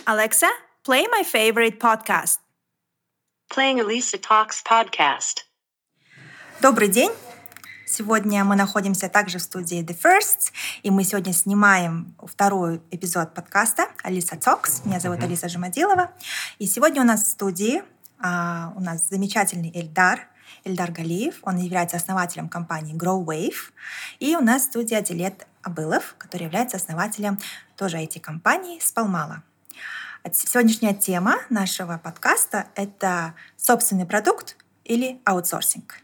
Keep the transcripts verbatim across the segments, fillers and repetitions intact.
Alexa, play my favorite podcast. Playing Elisa Talks podcast. Добрый день! Сегодня мы находимся также в студии The First, и мы сегодня снимаем второй эпизод подкаста Elisa Talks. Меня зовут mm-hmm. Алиса Жамадилова. И сегодня у нас в студии а, у нас замечательный Эльдар, Эльдар Галиев. Он является основателем компании GrowWave. И у нас в студии Адилет Абылов, который является основателем тоже ай ти-компании Spalmala. Сегодняшняя тема нашего подкаста — это собственный продукт или аутсорсинг.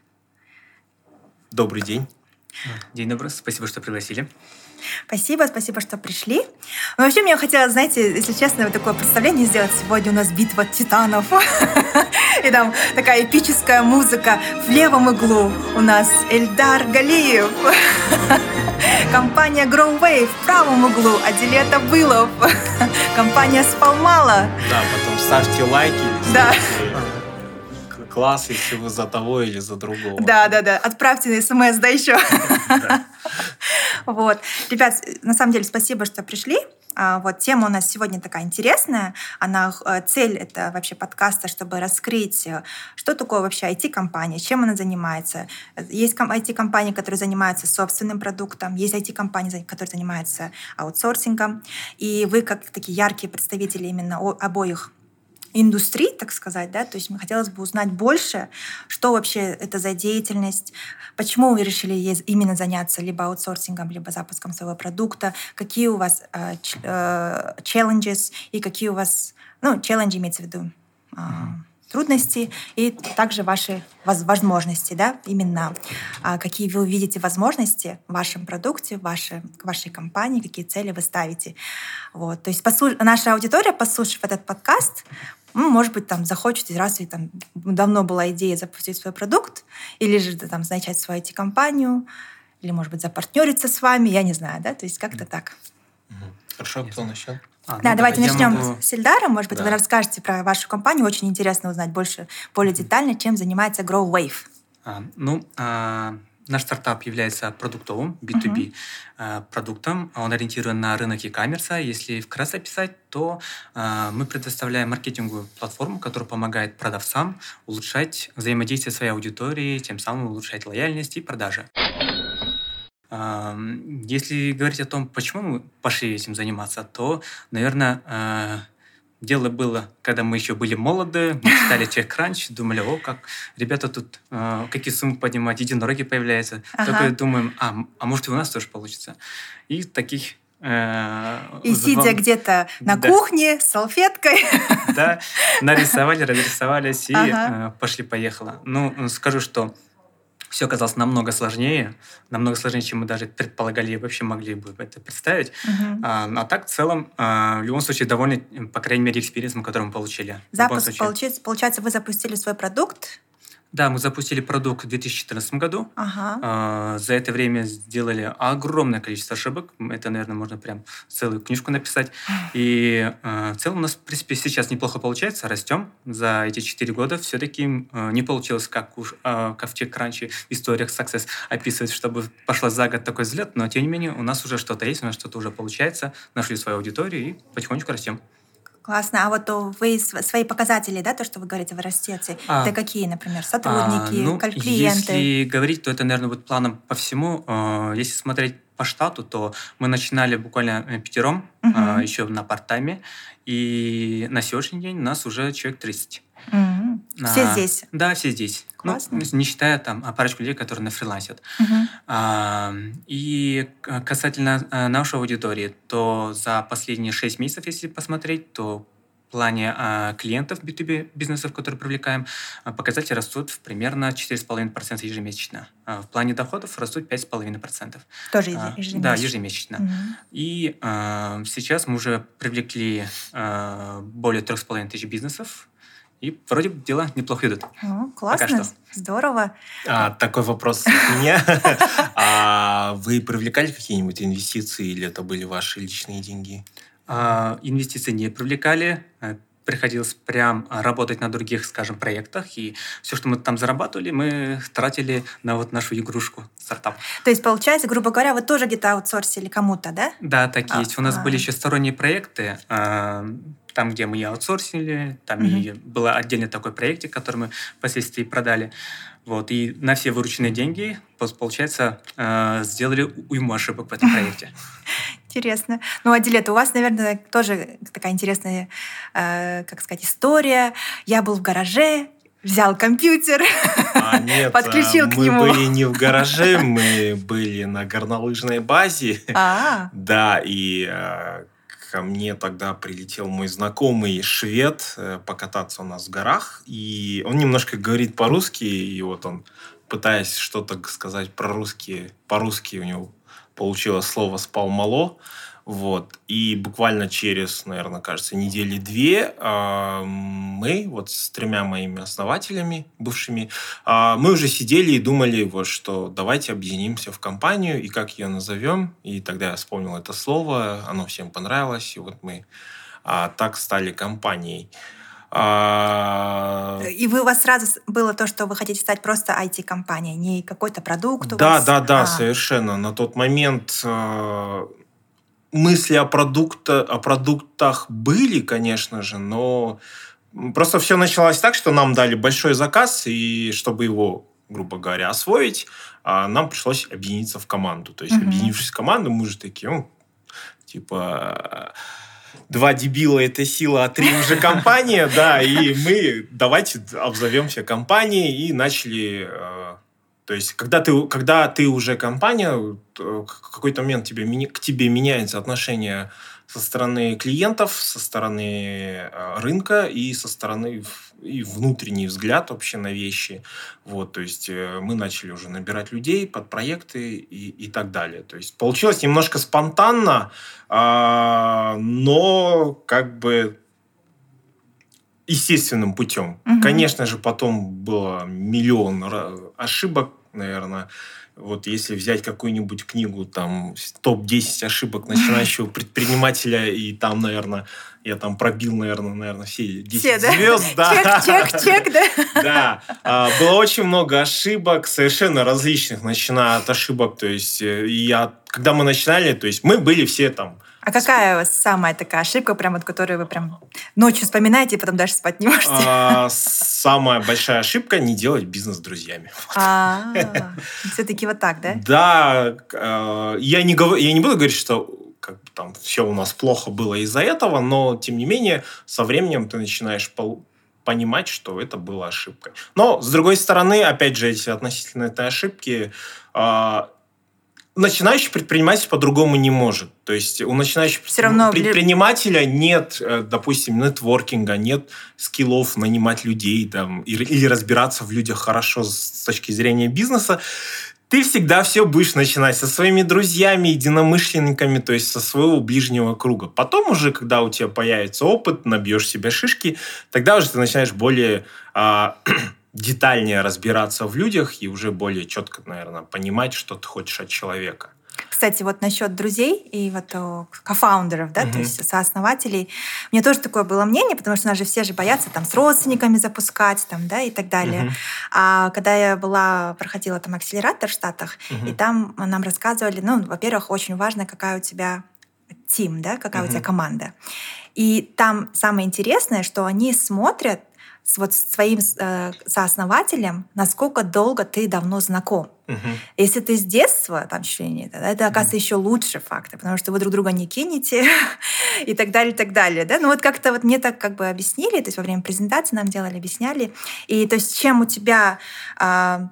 Добрый день. День добрый. Спасибо, что пригласили. Спасибо, спасибо, что пришли. Ну, вообще, мне хотелось, знаете, если честно, вот такое представление сделать. Сегодня у нас битва титанов. И там такая эпическая музыка. В левом углу у нас Эльдар Галиев. Компания GrowWave. В правом углу Адилет Абылов. Компания Spalmala. Да, потом ставьте лайки. Да. Класс, если вы за того или за другого. Да, да, да. Отправьте на смс, да, еще. Да. Вот. Ребят, на самом деле, спасибо, что пришли. Вот, тема у нас сегодня такая интересная. Она, цель это вообще подкаста, чтобы раскрыть, что такое вообще ай ти-компания, чем она занимается. Есть ай ти-компании, которые занимаются собственным продуктом, есть ай ти-компании, которые занимаются аутсорсингом. И вы, как такие яркие представители именно обоих индустрий, так сказать, да, то есть мне хотелось бы узнать больше, что вообще это за деятельность, почему вы решили именно заняться либо аутсорсингом, либо запуском своего продукта, какие у вас э, э, challenges и какие у вас, ну, челленджи имеется в виду, э, трудности и также ваши возможности, да, именно э, какие вы видите возможности в вашем продукте, в вашей, в вашей компании, какие цели вы ставите. Вот. То есть послуш... наша аудитория, послушав этот подкаст, ну, может быть, там захочет, раз и там давно была идея запустить свой продукт, или же там начать свою ай ти-компанию, или, может быть, запартнериться с вами, я не знаю, да, то есть как-то так. Хорошо, кто начнет? А, да, ну, давайте начнем могу... с Эльдаром. Может быть, да. Вы расскажете про вашу компанию. Очень интересно узнать больше, более детально, чем занимается GrowWave. А, ну, а... Наш стартап является продуктовым, би ту би uh-huh. продуктом. Он ориентирован на рынок e-commerce. Если вкратце описать, то uh, мы предоставляем маркетинговую платформу, которая помогает продавцам улучшать взаимодействие своей аудитории, тем самым улучшать лояльность и продажи. Uh, если говорить о том, почему мы пошли этим заниматься, то, наверное, uh, дело было, когда мы еще были молоды, мы читали TechCrunch, думали, о, как ребята тут, э, какие суммы поднимать, единороги появляются. Ага. Такое думаем, а, а может и у нас тоже получится. И таких... Э, и сидя вам... где-то на да. кухне с салфеткой. Да, нарисовали, разрисовались и ага. э, пошли-поехало. Ну, скажу, что все оказалось намного сложнее, намного сложнее, чем мы даже предполагали и вообще могли бы это представить. Uh-huh. А, а так, в целом, а, в любом случае, довольно, по крайней мере, экспириенсом, который мы получили. Запуск, получается, получается, вы запустили свой продукт? Да, мы запустили продукт в две тысячи четырнадцатом году. Ага. А, за это время сделали огромное количество ошибок. Это, наверное, можно прям целую книжку написать. И а, в целом у нас, в принципе, сейчас неплохо получается. Растем. За эти четыре года все-таки а, не получилось, как, уж, а, как в TechCrunch в историях Success описывать, чтобы пошла за год такой взлет. Но, тем не менее, у нас уже что-то есть, у нас что-то уже получается. Нашли свою аудиторию и потихонечку растем. Классно. А вот вы свои показатели, да, то, что вы говорите, вы растете, а, это какие, например, сотрудники, а, ну, клиенты? Если говорить, то это, наверное, будет планом по всему. Если смотреть по штату, то мы начинали буквально пятером, uh-huh. еще на парт-тайме, и на сегодняшний день у нас уже человек тридцать. Uh-huh. А, все здесь? Да, все здесь. Классно. Ну, не считая там парочку людей, которые на фрилансят. Uh-huh. А, и касательно нашей аудитории, то за последние шесть месяцев, если посмотреть, то в плане а, клиентов би ту би бизнесов, которые привлекаем, показатели растут в примерно четыре целых пять десятых процента ежемесячно. А в плане доходов растут пять целых пять десятых процента. Тоже ежемесячно? Да, ежемесячно. Uh-huh. И а, сейчас мы уже привлекли а, более трех с половиной тысяч бизнесов. И вроде дела неплохо идут. О, классно, здорово. А, такой вопрос от меня. А вы привлекали какие-нибудь инвестиции или это были ваши личные деньги? А, инвестиции не привлекали. Приходилось прям работать на других, скажем, проектах. И все, что мы там зарабатывали, мы тратили на вот нашу игрушку, стартап. То есть, получается, грубо говоря, вы тоже где-то аутсорсили кому-то, да? Да, так и а, есть. У нас а. были еще сторонние проекты. там, где мы и аутсорсили, там Мгм. и был отдельный такой проектик, который мы впоследствии продали. Вот, и на все вырученные деньги, пос- получается, э, сделали уйму ошибок в этом проекте. Интересно. Ну, а Дилет, у вас, наверное, тоже такая интересная, э, как сказать, история. Я был в гараже, взял компьютер, А, нет, подключил а, к мы нему. были не в гараже, мы были на горнолыжной базе. А, Да, и э, ко мне тогда прилетел мой знакомый швед э, покататься у нас в горах. И он немножко говорит по-русски, и вот он, пытаясь что-то г- сказать про-русски, по-русски у него получилось слово «спал мало». Вот. И буквально через, наверное, кажется, недели две а, мы вот с тремя моими основателями бывшими, а, мы уже сидели и думали, вот, что давайте объединимся в компанию, и как ее назовем. И тогда я вспомнил это слово, оно всем понравилось, и вот мы а, так стали компанией. А, и вы, у вас сразу с- было то, что вы хотите стать просто ай ти-компанией, не какой-то продукт у Да, вас? да, да, А, совершенно. На тот момент э, мысли о, продукта, о продуктах были, конечно же, но просто все началось так, что нам дали большой заказ, и чтобы его, грубо говоря, освоить, а, нам пришлось объединиться в команду. То есть, Мгм. объединившись в команду, мы же такие, ну, типа, два дебила – это сила, а три уже компания, да, и мы давайте обзовемся компанией и начали... э, То есть, когда ты, когда ты уже компания, то в какой-то момент тебе, мини- к тебе меняется отношение со стороны клиентов, со стороны э, рынка и со стороны в- и внутренний взгляд вообще на вещи. Вот, то есть э, мы начали уже набирать людей под проекты и, и так далее. То есть получилось немножко спонтанно, а, но как бы естественным путем. Мгм. Конечно же, потом было миллион ра- ошибок, наверное. Вот если взять какую-нибудь книгу, там, топ десять ошибок начинающего предпринимателя, и там, наверное, я там пробил, наверное, наверное, все Все, десять да? звезд. Да. Чек, чек, чек, да? Да, а, было очень много ошибок, совершенно различных, начиная от ошибок, то есть, э, и я, когда мы начинали, то есть, мы были все там. А какая у вас самая такая ошибка, прям вот, которую вы прям ночью вспоминаете, и потом даже спать не можете? А, самая большая ошибка – не делать бизнес с друзьями. А, все-таки вот так, да? Да, э, я не, говорю, я не буду говорить, что как бы там все у нас плохо было из-за этого, но, тем не менее, со временем ты начинаешь пол- понимать, что это было ошибкой. Но, с другой стороны, опять же, если относительно этой ошибки, э, начинающий предприниматель по-другому не может. То есть у начинающего Всё равно бли- предпринимателя нет, э, допустим, нетворкинга, нет скиллов нанимать людей там, или, или разбираться в людях хорошо с точки зрения бизнеса. Ты всегда все будешь начинать со своими друзьями, единомышленниками, то есть со своего ближнего круга. Потом уже, когда у тебя появится опыт, набьешь себе шишки, тогда уже ты начинаешь более а, детальнее разбираться в людях и уже более четко, наверное, понимать, что ты хочешь от человека. Кстати, вот насчет друзей и вот о, кофаундеров, да, то Мгм. есть сооснователей, мне тоже такое было мнение, потому что у нас же все же боятся там с родственниками запускать, там, да, и так далее. Мгм. А когда я была, проходила там акселератор в Штатах, Мгм. и там нам рассказывали, ну, во-первых, очень важно, какая у тебя тим, да, какая у тебя Мгм. команда. И там самое интересное, что они смотрят с вот с своим э, сооснователем, насколько долго ты давно знаком. Мгм. Если ты с детства, там, чуть ли не, тогда это, оказывается, еще лучше факты, потому что вы друг друга не кинете и так далее, и так далее. Да? Ну вот как-то вот мне так как бы объяснили, то есть во время презентации нам делали, объясняли. И то есть чем у тебя а,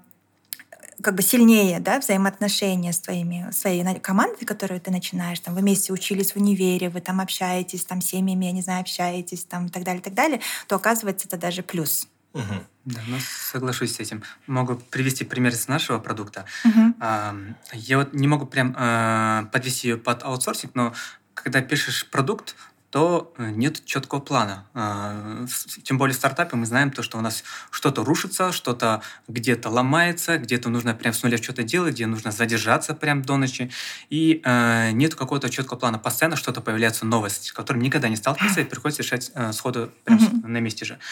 как бы сильнее, да, взаимоотношения с твоими, своей на- командой, которую ты начинаешь, там, вы вместе учились в универе, вы там общаетесь, там, семьями, я не знаю, общаетесь, там, и так далее, и так далее, то, оказывается, это даже плюс. Мгм. Да, ну, соглашусь с этим. Могу привести пример из нашего продукта. Мгм. А, Я вот не могу прям а, подвести ее под аутсорсинг, но когда пишешь продукт, то э, нет четкого плана. А, с- Тем более в стартапе мы знаем то, что у нас что-то рушится, что-то где-то ломается, где-то нужно прям с нуля что-то делать, где нужно задержаться прям до ночи. И э, нет какого-то четкого плана. Постоянно что-то появляется новость, с которым никогда не сталкивался, и приходится решать э, сходу прям с- Мгм. на месте же.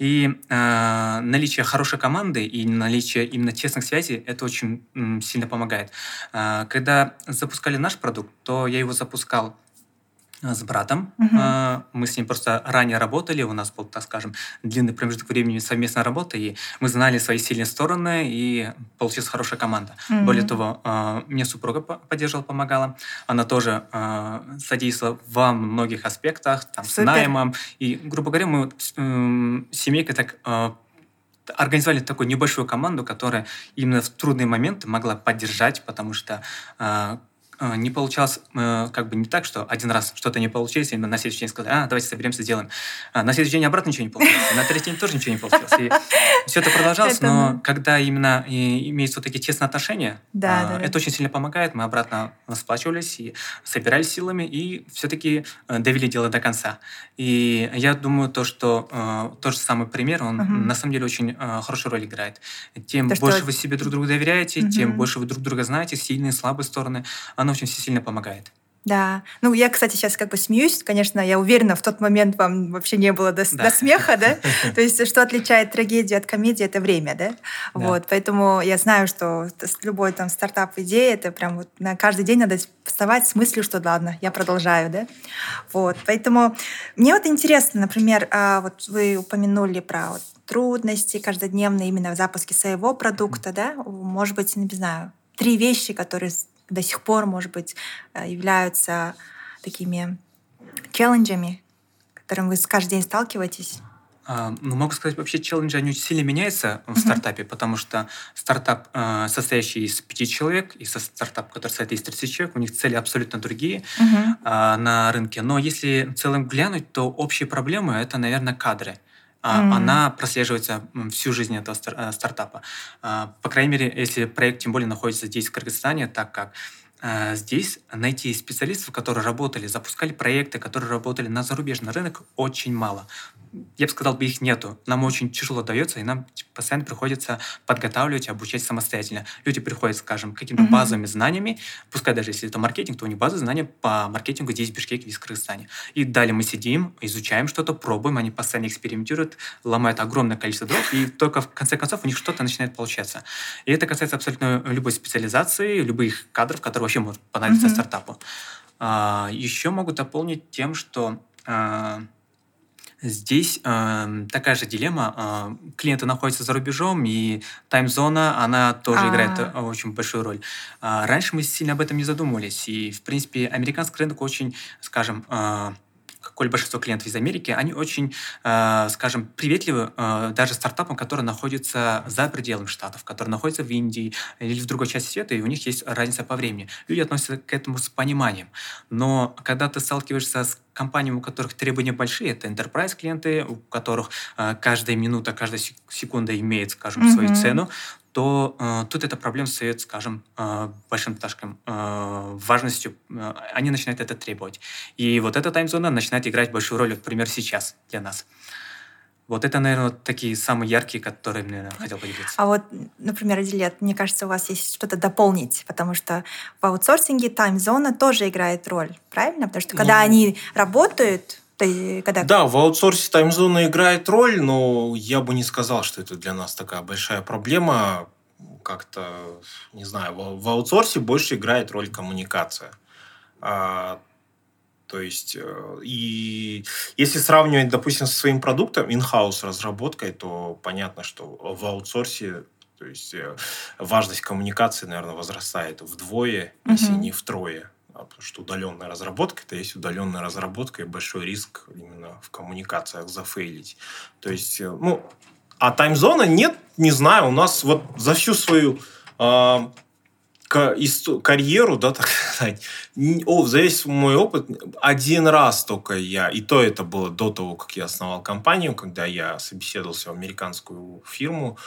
И э, наличие хорошей команды и наличие именно тесных связей это очень м, сильно помогает. Э, когда запускали наш продукт, то я его запускал э, с братом. Мгм. Э, Мы с ним просто ранее работали, у нас был, так скажем, длинный промежуток времени совместной работы, и мы знали свои сильные стороны, и получилась хорошая команда. Более М. того, э, мне супруга по- поддерживала, помогала. Она тоже э, содействовала во многих аспектах, там, с Супер. наймом. И, грубо говоря, мы вот с м, семейкой так э, организовали такую небольшую команду, которая именно в трудные моменты могла поддержать, потому что э, э, не получалось э, как бы не так, что один раз что-то не получилось, и на следующий день сказали, а, давайте соберемся, сделаем. А на следующий день обратно ничего не получилось, и на третий день тоже ничего не получилось. И все это продолжалось, Это но да. когда именно и имеются вот такие тесные отношения, Да, э, да, да. это очень сильно помогает, мы обратно сплачивались и собирались силами, и все-таки довели дело до конца. И я думаю, то, что э, тот же самый пример, он Мгм. на самом деле очень э, хорошую роль играет. Тем То, что... больше вы себе друг другу доверяете, тем Мгм. больше вы друг друга знаете, сильные, слабые стороны, оно очень все сильно помогает. Да. Ну, я, кстати, сейчас как бы смеюсь. Конечно, я уверена, в тот момент вам вообще не было до, с- Да. до смеха, да? То есть, что отличает трагедию от комедии, это время, да? Да. Вот. Поэтому я знаю, что т- с любой там стартап-идеей, это прям вот на каждый день надо вставать с мыслью, что ладно, я продолжаю, да? Вот. Поэтому мне вот интересно, например, а, вот вы упомянули про вот трудности каждодневные именно в запуске своего продукта, да? Может быть, не знаю, три вещи, которые с- до сих пор, может быть, э, являются такими челленджами, с которыми вы с- каждый день сталкиваетесь. А, Ну, могу сказать, вообще челленджи, они очень сильно меняются в Мгм. стартапе, потому что стартап, э, состоящий из пяти человек, и со- стартап, который состоит из тридцати человек, у них цели абсолютно другие Мгм. а, на рынке. Но если в целом глянуть, то общие проблемы – это, наверное, кадры. А, М. Она прослеживается м, всю жизнь этого стар- э, стартапа. А, По крайней мере, если проект тем более находится здесь, в Кыргызстане, так как э, здесь найти специалистов, которые работали, запускали проекты, которые работали на зарубежный рынок, очень мало. Я бы сказал, бы их нету. Нам очень тяжело дается, и нам типа, постоянно приходится подготавливать, обучать самостоятельно. Люди приходят, скажем, какими-то Мгм. базовыми знаниями, пускай даже если это маркетинг, то у них базовые знания по маркетингу здесь, в Бишкеке, здесь, в Кыргызстане. И далее мы сидим, изучаем что-то, пробуем, они постоянно экспериментируют, ломают огромное количество дров, и только в конце концов у них что-то начинает получаться. И это касается абсолютно любой специализации, любых кадров, которые вообще могут понадобиться Мгм. стартапу. А, еще могу дополнить тем, что а, здесь эм, такая же дилемма. э, Клиенты находятся за рубежом, и тайм-зона, она тоже играет э, А, очень большую роль. А, Раньше мы сильно об этом не задумывались. И, в принципе, американский рынок очень, скажем, э, какое большинство клиентов из Америки, они очень, э, скажем, приветливы э, даже стартапам, которые находятся за пределами штатов, которые находятся в Индии или в другой части света, и у них есть разница по времени. Люди относятся к этому с пониманием. Но когда ты сталкиваешься с компаниями, у которых требования большие, это enterprise клиенты, у которых э, каждая минута, каждая сек- секунда имеет, скажем, свою мгм. цену, то э, тут эта проблема стоит, скажем, э, большим ташком, э, важностью. э, они начинают это требовать. И вот эта таймзона начинает играть большую роль, например, сейчас для нас. Вот это, наверное, вот такие самые яркие, которые, наверное, хотел поделиться. А вот, например, Адилет, мне кажется, у вас есть что-то дополнить, потому что в аутсорсинге тайм-зона тоже играет роль, правильно? Потому что когда Ну, они работают, то есть когда... да, в аутсорсе таймзона играет роль, но я бы не сказал, что это для нас такая большая проблема. Как-то, не знаю, в, в аутсорсе больше играет роль коммуникация. А, то есть, э, и если сравнивать, допустим, со своим продуктом, in-house разработкой, то понятно, что в аутсорсе, то есть, э, важность коммуникации, наверное, возрастает вдвое, если Мгм. не втрое. А потому что удаленная разработка – это есть удаленная разработка и большой риск именно в коммуникациях зафейлить. То есть, э, ну, а таймзона нет, не знаю, у нас вот за всю свою а, ка- исто- карьеру, да, так сказать, н- о, за весь мой опыт, один раз только я, и то это было до того, как я основал компанию, когда я собеседовался в американскую фирму,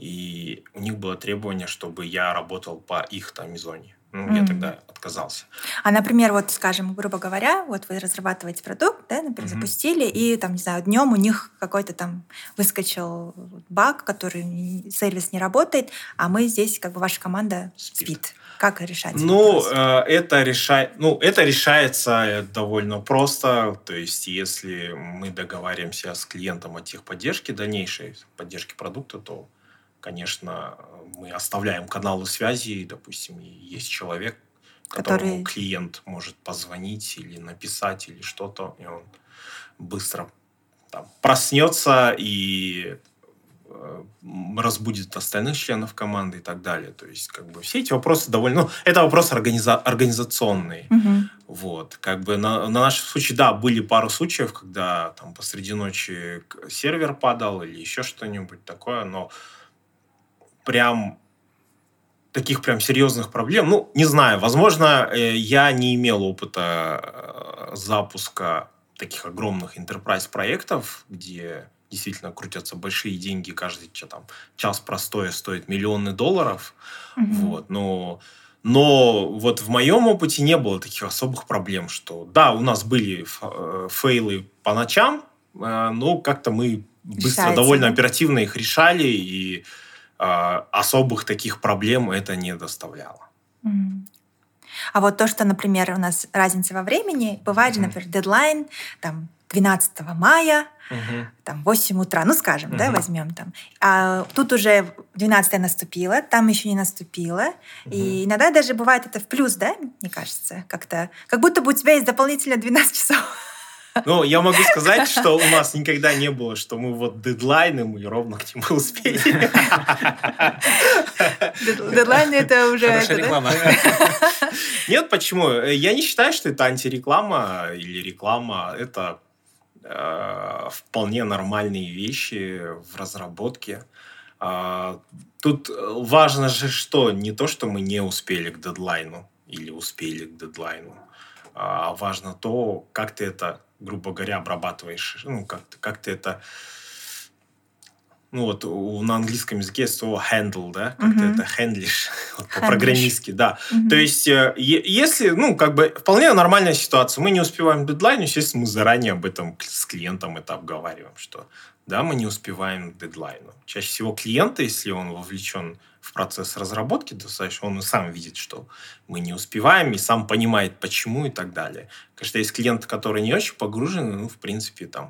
и у них было требование, чтобы я работал по их таймзоне. Ну, я М. тогда отказался. А, например, вот, скажем, грубо говоря, вот вы разрабатываете продукт, да, например, Мгм. запустили, и там, не знаю, днем у них какой-то там выскочил баг, который не- сервис не работает, а мы здесь, как бы ваша команда Спит. спит. Как решать этот Ну, вопрос? э, это, решает, ну, это решается э, довольно просто. То есть, если мы договариваемся с клиентом о техподдержке дальнейшей, поддержке продукта, то, конечно, мы оставляем каналы связи, допустим, и есть человек, которому Который... клиент может позвонить или написать или что-то, и он быстро там проснется и разбудит остальных членов команды и так далее. То есть, как бы, все эти вопросы довольно... Ну, это вопрос организа... организационный. Мгм. Вот. Как бы на, на нашем случае, да, были пару случаев, когда там посреди ночи к- сервер падал или еще что-нибудь такое, но прям таких прям серьезных проблем, ну, не знаю, возможно, э, я не имел опыта э, запуска таких огромных enterprise проектов, где действительно крутятся большие деньги, каждый ча- там, час простоя стоит миллионы долларов, Мгм. вот, но, но вот в моем опыте не было таких особых проблем, что да, у нас были ф- э, фейлы по ночам, э, но как-то мы быстро, Решаете, довольно да? оперативно их решали, и а, особых таких проблем это не доставляло. Мгм. А вот то, что, например, у нас разница во времени, бывает же, Мгм. например, дедлайн там двенадцатого мая, Мгм. там восемь утра, ну, скажем, да, Мгм. возьмем там. А тут уже двенадцатое наступило, там еще не наступило. И Мгм. иногда даже бывает это в плюс, да, мне кажется, как-то. Как будто бы у тебя есть дополнительно двенадцать часов. Ну, я могу сказать, что у нас никогда не было, что мы вот дедлайны, мы ровно к нему успели. Дед- Дедлайны это уже Хорошая это, да? реклама. Нет, почему? Я не считаю, что это антиреклама или реклама. Это э, вполне нормальные вещи в разработке. А, Тут важно же что? Не то, что мы не успели к дедлайну или успели к дедлайну, а важно то, как ты это, грубо говоря, обрабатываешь. Ну, как, ты- как ты это... Ну, вот у- на английском языке есть слово handle, да? Как ты Мгм. это хендлишь, вот Хендлишь. по-программистски, да. Мгм. То есть, э, е- если, ну, как бы, вполне нормальная ситуация, мы не успеваем к дедлайну, естественно, мы заранее об этом к- с клиентом это обговариваем, что, да, мы не успеваем к дедлайну. Чаще всего клиент, если он вовлечен в процесс разработки, достаточно, он и сам видит, что мы не успеваем, и сам понимает, почему и так далее. Конечно, есть клиенты, которые не очень погружены, ну, в принципе, там,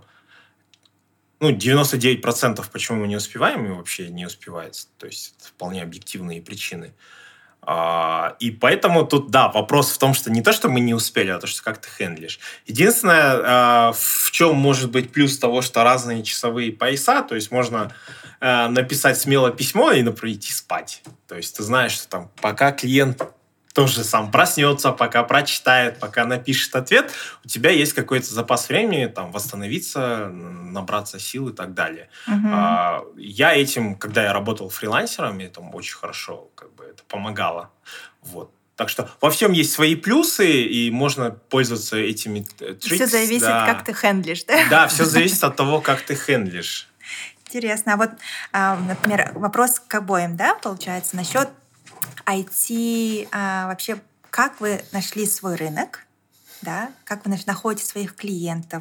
ну, девяносто девять процентов почему мы не успеваем, и вообще не успевается. То есть, это вполне объективные причины. А, и поэтому тут, да, вопрос в том, что не то, что мы не успели, а то, что как ты хендлишь. Единственное, а, в чем может быть плюс того, что разные часовые пояса, то есть можно а, написать смело письмо и, например, идти спать. То есть ты знаешь, что там пока клиент тоже сам проснется, пока прочитает, пока напишет ответ, у тебя есть какой-то запас времени там восстановиться, набраться сил и так далее. Мгм. А, Я этим, когда я работал фрилансером, мне там очень хорошо как бы это помогало. Вот. Так что во всем есть свои плюсы, и можно пользоваться этими э, Все tricks, зависит, да. как ты хендлишь, да? Да, все зависит от того, как ты хендлишь. Интересно. А вот, а, например, вопрос к обоим, да, получается, насчет ай ти, а, вообще, как вы нашли свой рынок, да, как вы наш- находите своих клиентов,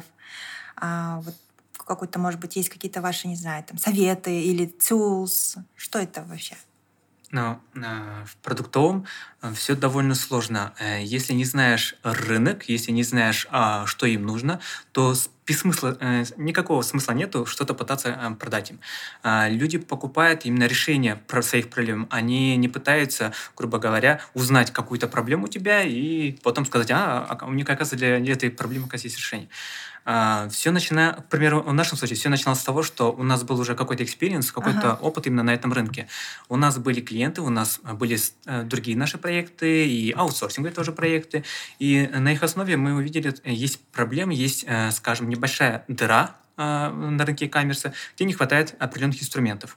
А, вот какой-то, может быть, есть какие-то ваши, не знаю, там, советы или tools, что это вообще? Но а, в продуктовом все довольно сложно. Э, Если не знаешь рынок, если не знаешь, а, что им нужно, то с- без смысла, э, никакого смысла нету что-то пытаться а, продать им. А, Люди покупают именно решение про своих проблем. Они не пытаются, грубо говоря, узнать какую-то проблему у тебя и потом сказать, а, а у них, оказывается, для этой проблемы, оказывается, есть решение. Все начиная, к примеру, в нашем случае, все начиналось с того, что у нас был уже какой-то экспириенс, какой-то Ага. опыт именно на этом рынке. У нас были клиенты, у нас а, были с- э, другие наши проекты и аутсорсинговые тоже проекты. И на их основе мы увидели, э, есть проблемы, есть, э, скажем, небольшая дыра а, на рынке e-commerce, где не хватает определенных инструментов.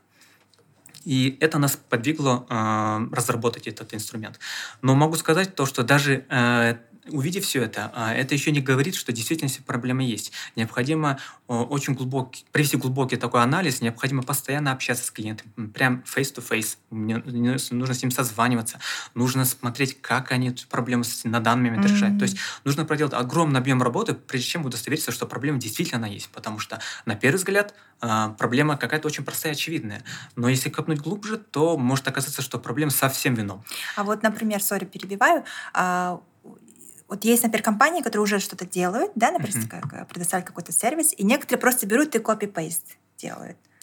И это нас подвигло э, разработать этот инструмент. Но могу сказать то, что даже э, увидев все это, а, это еще не говорит, что действительно проблема есть. Необходимо э, очень глубокий, провести глубокий такой анализ, необходимо постоянно общаться с клиентом, м, прям face-to-face. Мне- мне нужно с ним созваниваться, нужно смотреть, как они эту проблему с- на данный момент решают. То есть М. нужно проделать огромный объем работы, прежде чем удостовериться, что проблема действительно есть. Потому что, на первый взгляд, а, проблема какая-то очень простая, очевидная. Но если копнуть глубже, то может оказаться, что проблема совсем вином. А вот, например, сори, перебиваю, а, вот есть, например, компании, которые уже что-то делают, да, например, Мгм. как- как предоставляют какой-то сервис, и некоторые просто берут и копи-пейст делают.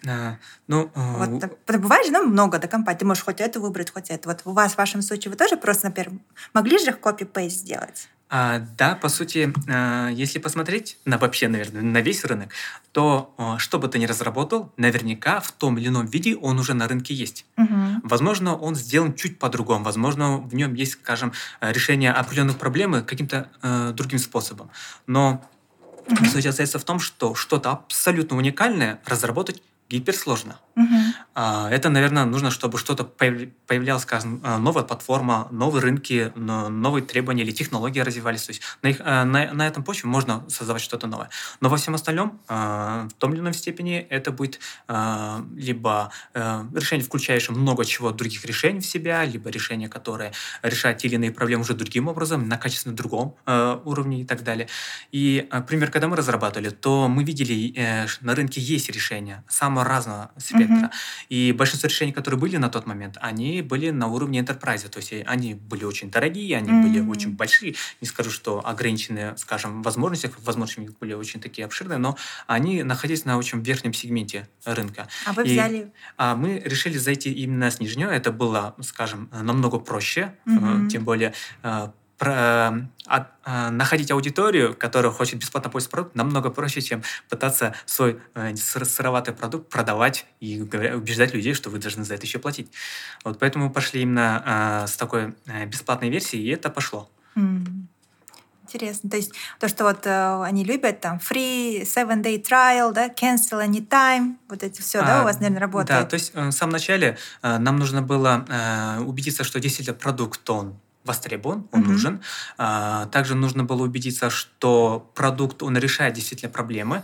А, ну, Вот э, так. Потому бывает же, ну, много до компании. Ты можешь хоть эту выбрать, хоть эту. Вот у вас, в вашем случае, вы тоже просто, например, могли же копи-пейст сделать? А, да, по сути, а, если посмотреть на вообще, наверное, на весь рынок, то а, что бы ты ни разработал, наверняка в том или ином виде он уже на рынке есть. Мгм. Возможно, он сделан чуть по-другому, возможно, в нем есть, скажем, э, решение определенных проблем каким-то э, другим способом. Но Мгм. суть остается в том, что что-то абсолютно уникальное разработать гиперсложно. Мгм. А, Это, наверное, нужно, чтобы что-то появ- появлялось, скажем, а, новая платформа, новые рынки, но- новые требования или технологии развивались. То есть на, их, а, на, на этом почве можно создавать что-то новое. Но во всем остальном, а, в том или ином степени, это будет а, либо а, решение, включающее много чего других решений в себя, либо решение, которое решает те или иные проблемы уже другим образом, на качественно другом а, уровне и так далее. И, а, пример, когда мы разрабатывали, то мы видели, э, ш- на рынке есть решения самого разного спектра. Мгм. И большинство решений, которые были на тот момент, они были на уровне enterprise. То есть э, они были очень дорогие, они были очень М. большие. Не скажу, что ограниченные, скажем, в возможностях, возможности у них были очень такие обширные, но они находились на очень верхнем сегменте рынка. А вы И взяли... а, мы решили зайти именно с нижнего. Это было, скажем, э, намного проще, э, Мгм. тем более э, про- а- а, находить аудиторию, которая хочет бесплатно пользоваться продуктом, намного проще, чем пытаться свой э, сыр- сыроватый продукт продавать и говоря- убеждать людей, что вы должны за это еще платить. Вот поэтому мы пошли именно а, с такой э, бесплатной версией, и это пошло. М. Интересно. То есть то, что вот э, они любят, там, free, seven day trial, да, cancel anytime, вот это все, да, у А, вас, наверное, да, работает? то есть э, в самом начале э, нам нужно было э, убедиться, что действительно продукт, он востребован, он Мгм. нужен. А, Также нужно было убедиться, что продукт, он решает действительно проблемы.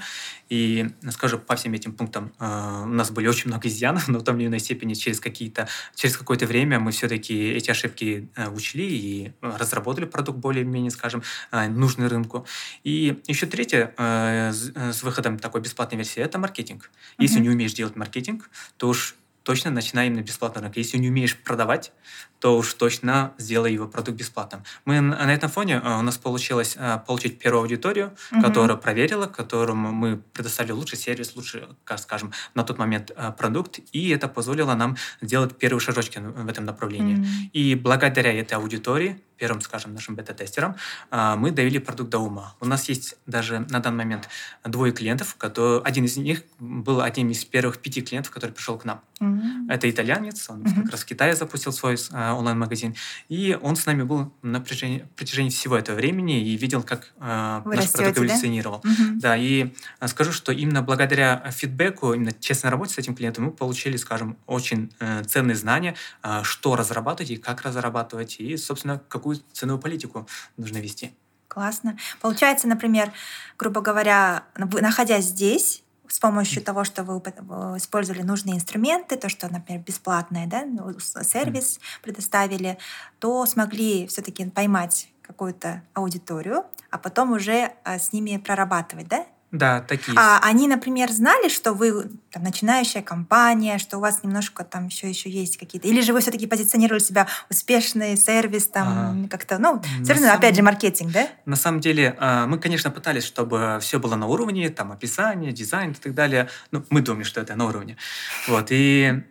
И, скажу, по всем этим пунктам э, у нас были очень много изъянов, но в том или иной степени через, какие-то, через какое-то время мы все-таки эти ошибки э, учли и э, разработали продукт более-менее, скажем, э, нужный рынку. И еще третье, э, с э, с выходом такой бесплатной версии, это маркетинг. Если Мгм. не умеешь делать маркетинг, то уж точно начинай именно бесплатный рынок. Если не умеешь продавать, то уж точно сделай его продукт бесплатным. Мы н- на этом фоне э, у нас получилось э, получить первую аудиторию, Мгм. которая проверила, которому мы предоставили лучший сервис, лучший, как скажем, на тот момент э, продукт, и это позволило нам сделать первые шажочки в этом направлении. М. И благодаря этой аудитории, первым, скажем, нашим бета-тестерам, а, мы довели продукт до ума. У нас есть даже на данный момент двое клиентов, которые, один из них был одним из первых пяти клиентов, который пришел к нам. М. Это итальянец, он Мгм. как раз в Китае запустил свой а, онлайн-магазин, и он с нами был на протяжении, протяжении всего этого времени и видел, как а, Вы наш продукт растете, да? эволюционировал. Мгм. Да, и а, скажу, что именно благодаря фидбэку, именно честной работе с этим клиентом мы получили, скажем, очень э, ценные знания, а, что разрабатывать и как разрабатывать, и, собственно, какую ценовую политику нужно вести. Классно. Получается, например, грубо говоря, вы, находясь здесь, с помощью того, что вы упо- э, использовали нужные инструменты, то, что, например, бесплатное, да, ну, с- сервис предоставили, то смогли все-таки поймать какую-то аудиторию, а потом уже э, с ними прорабатывать, да? Да, такие. А они, например, знали, что вы там, начинающая компания, что у вас немножко там еще, еще есть какие-то... Или же вы все-таки позиционировали себя успешный сервис, там А, как-то, ну, все на равно, опять же, самом маркетинг, да? На самом деле, а, мы, конечно, пытались, чтобы все было на уровне, там, описание, дизайн и так далее. Ну, мы думали, что это на уровне. Вот. И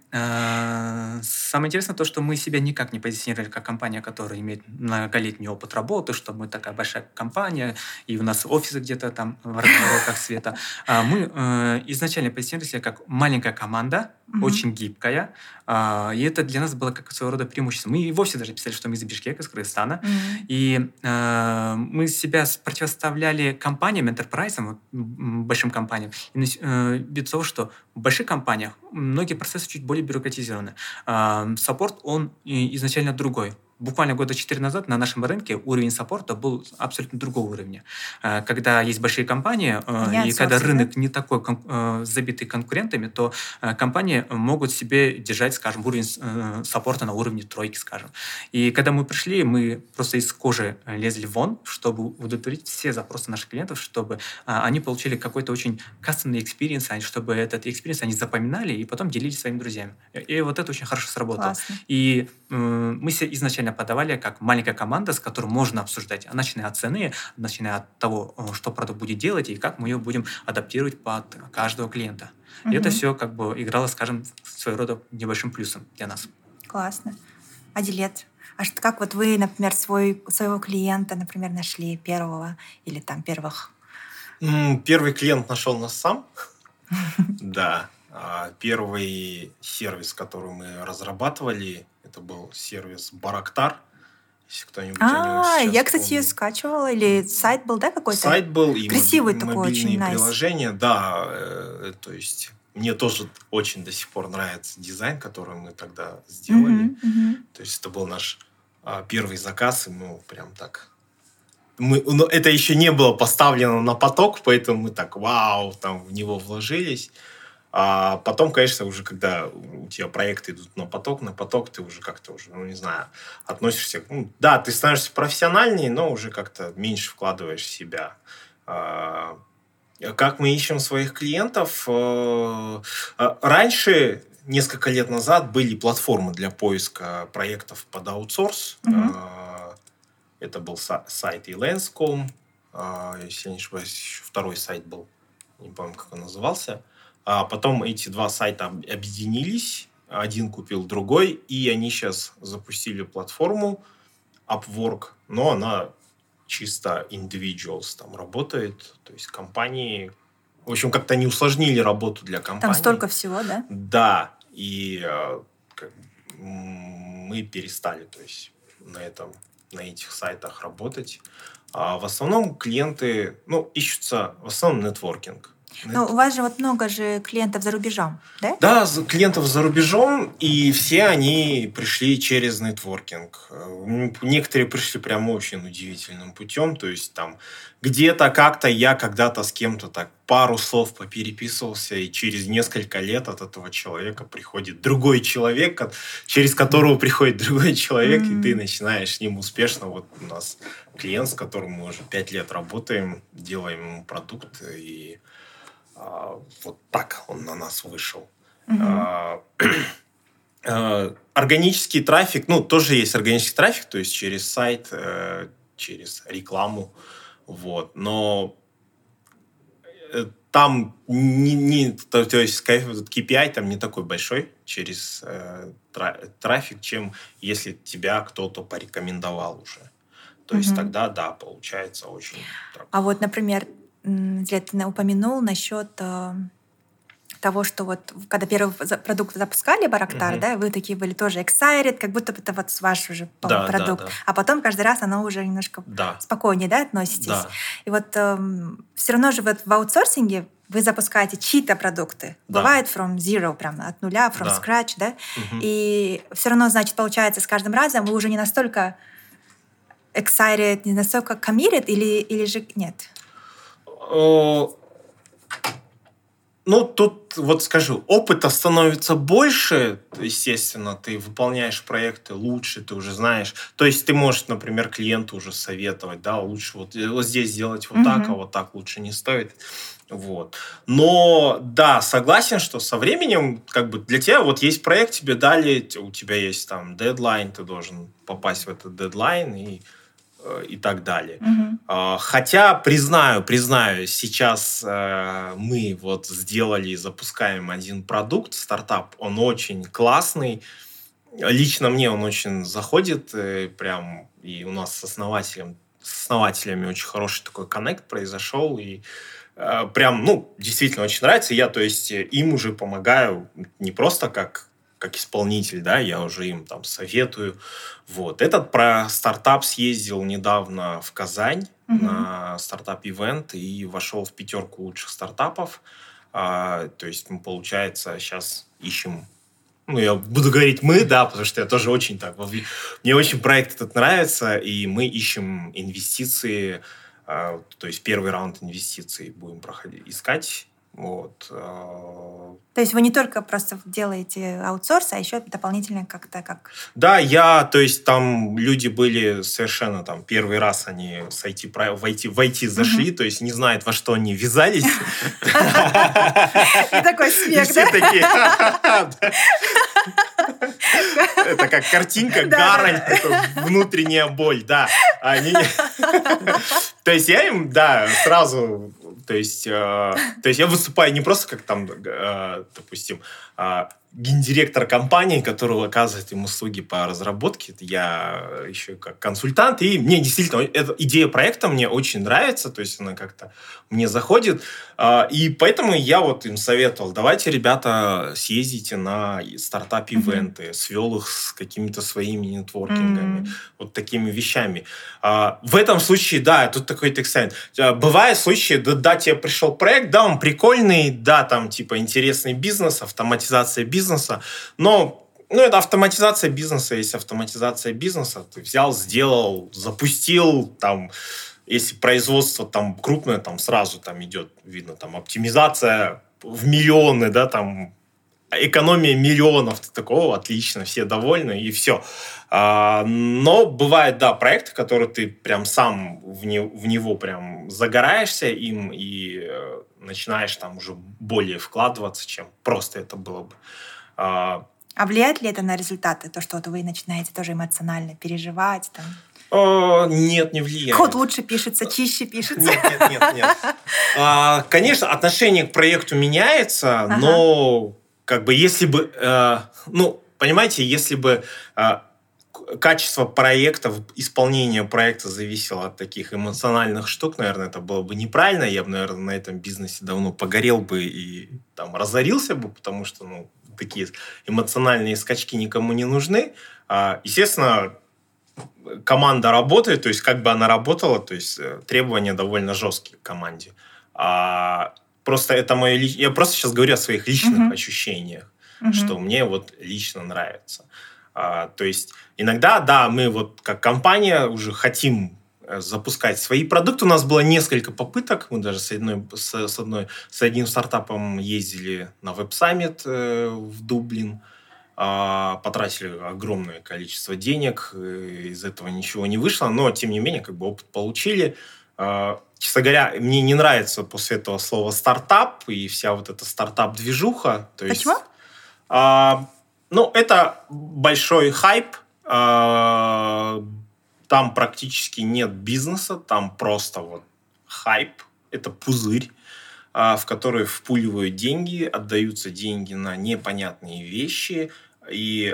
а, самое интересное то, что мы себя никак не позиционировали как компания, которая имеет многолетний опыт работы, что мы такая большая компания, и у нас офисы где-то там в разных света. А Мы э, изначально позиционировали себя как маленькая команда, Мгм. очень гибкая, а, и это для нас было как своего рода преимущество. Мы и вовсе даже писали, что мы из Бишкека, из Кыргызстана, М. и э, мы себя с- противоставляли компаниям, enterprise, вот, м, большим компаниям, именно с- э, ввиду того, что в больших компаниях многие процессы чуть более бюрократизированы. А, Саппорт, он и- изначально другой. Буквально года четыре назад на нашем рынке уровень саппорта был абсолютно другого уровня. Э, Когда есть большие компании, э, Они и когда аутсорсят, да? рынок не такой кон- э, забитый конкурентами, то э, компании могут себе держать, скажем, уровень э, саппорта на уровне тройки, скажем. И когда мы пришли, мы просто из кожи э, лезли вон, чтобы удовлетворить все запросы наших клиентов, чтобы а, они получили какой-то очень кастомный экспириенс, а чтобы этот экспириенс они запоминали и потом делились своими друзьями. И, и вот это очень хорошо сработало. Классно. И э, мы себя изначально подавали как маленькая команда, с которой можно обсуждать, а начиная от цены, начиная от того, э, что продукт будет делать и как мы ее будем адаптировать под каждого клиента. И это Мгм. все как бы играло, скажем, своего рода небольшим плюсом для нас. Классно. А Дилет, а что, как вот вы, например, свой, своего клиента, например, нашли первого или там первых? М, Первый клиент нашел нас сам. Да. А Первый сервис, который мы разрабатывали, это был сервис Барактар. Если кто-нибудь о нем А, сейчас я, кстати, ее помнит. скачивала, или сайт был, да, какой-то? Сайт был и Красивый моби- такой, мобильные очень nice. приложения. Да, э, то есть мне тоже очень до сих пор нравится дизайн, который мы тогда сделали. Мгм, мгм. То есть это был наш а, первый заказ, и мы прям так... Мы, но это еще не было поставлено на поток, поэтому мы так, вау, там в него вложились. А потом, конечно, уже когда у тебя проекты идут на поток, на поток, ты уже как-то уже, ну, не знаю, относишься... Ну, да, ты становишься профессиональнее, но уже как-то меньше вкладываешь в себя. А, Как мы ищем своих клиентов? Э, а, Раньше, несколько лет назад, были платформы для поиска проектов под аутсорс. Мгм. А, Это был са- сайт Elance точка ком. А, Если я не ошибаюсь, еще второй сайт был. Не помню, как он назывался. А потом эти два сайта об- объединились. Один купил другой. И они сейчас запустили платформу Upwork. Но она чисто individuals там работает. То есть компании... В общем, как-то они усложнили работу для компании. Там столько всего, да? Да. И э, как бы, м, мы перестали, то есть, на этом, на этих сайтах работать. А в основном клиенты, ну, ищутся, в основном нетворкинг. Ну, у вас же вот много же клиентов за рубежом, да? Да, за- клиентов за рубежом, и все они пришли через нетворкинг. Э, Некоторые пришли прям очень удивительным путем, то есть там где-то как-то я когда-то с кем-то так пару слов попереписывался, и через несколько лет от этого человека приходит другой человек, ко- через которого приходит другой человек, и ты М. начинаешь с ним успешно. Вот у нас клиент, с которым мы уже пять лет работаем, делаем ему продукт, и а, вот так он на нас вышел. Мгм. А, а, Органический трафик, ну, тоже есть органический трафик, то есть через сайт, э, через рекламу, вот, но э, там не, не- то, то есть ка- этот кей пи ай там не такой большой через э, тра- трафик, чем если тебя кто-то порекомендовал уже. То есть Мгм. тогда, да, получается очень... так. А вот, например, м, Дилет, ты на- упомянул насчет э, того, что вот в- когда первый за- продукт запускали, Барактар, Мгм. да, вы такие были тоже excited, как будто бы это вот ваш уже по- Да, да, продукт. да. А потом каждый раз оно уже немножко Да, спокойнее, да, относитесь. да. И вот все равно же вот в аутсорсинге вы запускаете чьи-то продукты. Да. Бывает from zero, прям от нуля, from Да. scratch, да? Мгм. И все равно, значит, получается, с каждым разом вы уже не настолько excited, не настолько committed, или, или же нет? О, Ну, тут вот скажу, опыта становится больше, естественно, ты выполняешь проекты лучше, ты уже знаешь. То есть ты можешь, например, клиенту уже советовать, да, лучше вот, э, вот здесь сделать вот так, Мгм. а вот так лучше не стоит. Вот. Но да, согласен, что со временем, как бы для тебя вот есть проект, тебе дали, т- у тебя есть там дедлайн, ты должен попасть в этот дедлайн и, э, и так далее. Мгм. А, Хотя, признаю, признаю, сейчас э, мы вот сделали и запускаем один продукт, стартап, он очень классный. Лично мне он очень заходит, э, прям, и у нас с основателем, с основателями очень хороший такой коннект произошел, и э, прям, ну, действительно очень нравится. Я, то есть, э, им уже помогаю не просто как, как исполнитель, да, я уже им там советую. Вот. Этот про стартап съездил недавно в Казань Мгм. на стартап-ивент и вошел в пятерку лучших стартапов. А, то есть мы, получается, сейчас ищем... Ну, я буду говорить мы, да, потому что я тоже очень так... вовле- Мне очень проект этот нравится, и мы ищем инвестиции, а, то есть первый раунд инвестиций будем проходить, искать. Вот. а, То есть вы не только просто делаете аутсорс, а еще дополнительно как-то как... Да, я, то есть там люди были совершенно там первый раз они с ай ти, про- в ай ти, в ай ти зашли, то есть не знают, во что они ввязались. И такой И смех, все да? такие... «Да». Это как картинка, Да, гарань, да. это внутренняя боль, да. Они... То есть я им, да, сразу То есть, э, то есть я выступаю не просто как там, э, допустим, э, гендиректор компании, который оказывает им услуги по разработке. Я еще как консультант. И мне действительно эта идея проекта мне очень нравится. То есть она как-то мне заходит. И поэтому я вот им советовал, давайте, ребята, съездите на стартап-ивенты. Mm-hmm. Свел их с какими-то своими нетворкингами. Mm-hmm. Вот такими вещами. В этом случае, да, тут такой текст. Бывают случаи, да, да, тебе пришел проект, да, он прикольный, да, там типа интересный бизнес, автоматизация бизнеса. бизнеса, но ну, это автоматизация бизнеса, есть автоматизация бизнеса, ты взял, сделал, запустил, там, если производство там крупное, там сразу там идет, видно, там оптимизация в миллионы, да, там экономия миллионов, такого, отлично, все довольны, и все. А, но бывают, да, проекты, которые ты прям сам в, не, в него прям загораешься им и э, начинаешь там уже более вкладываться, чем просто это было бы. А, а влияет ли это на результаты? То, что вот вы начинаете тоже эмоционально переживать? Там? О, нет, не влияет. Код лучше пишется, чище пишется. Нет, нет, нет. нет. А, конечно, отношение к проекту меняется, ага. но как бы если бы... Э, ну, понимаете, если бы... Э, качество проекта, исполнение проекта зависело от таких эмоциональных штук, наверное, это было бы неправильно. Я бы, наверное, на этом бизнесе давно погорел бы и там разорился бы, потому что, ну, такие эмоциональные скачки никому не нужны. А, естественно, команда работает, то есть как бы она работала, то есть требования довольно жесткие к команде. А, просто это мое... Я просто сейчас говорю о своих личных uh-huh. ощущениях, uh-huh. что мне вот лично нравится. А, то есть иногда, да, мы вот как компания уже хотим запускать свои продукты. У нас было несколько попыток. Мы даже с, одной, с, с, одной, с одним стартапом ездили на веб-саммит э, в Дублин. Э, потратили огромное количество денег. Из этого ничего не вышло. Но, тем не менее, как бы опыт получили. Э, честно говоря, мне не нравится после этого слова «стартап» и вся вот эта стартап-движуха. То Почему? Есть, э, ну, это большой хайп. Э, Там практически нет бизнеса, там просто вот хайп, это пузырь, в который впуливают деньги, отдаются деньги на непонятные вещи. И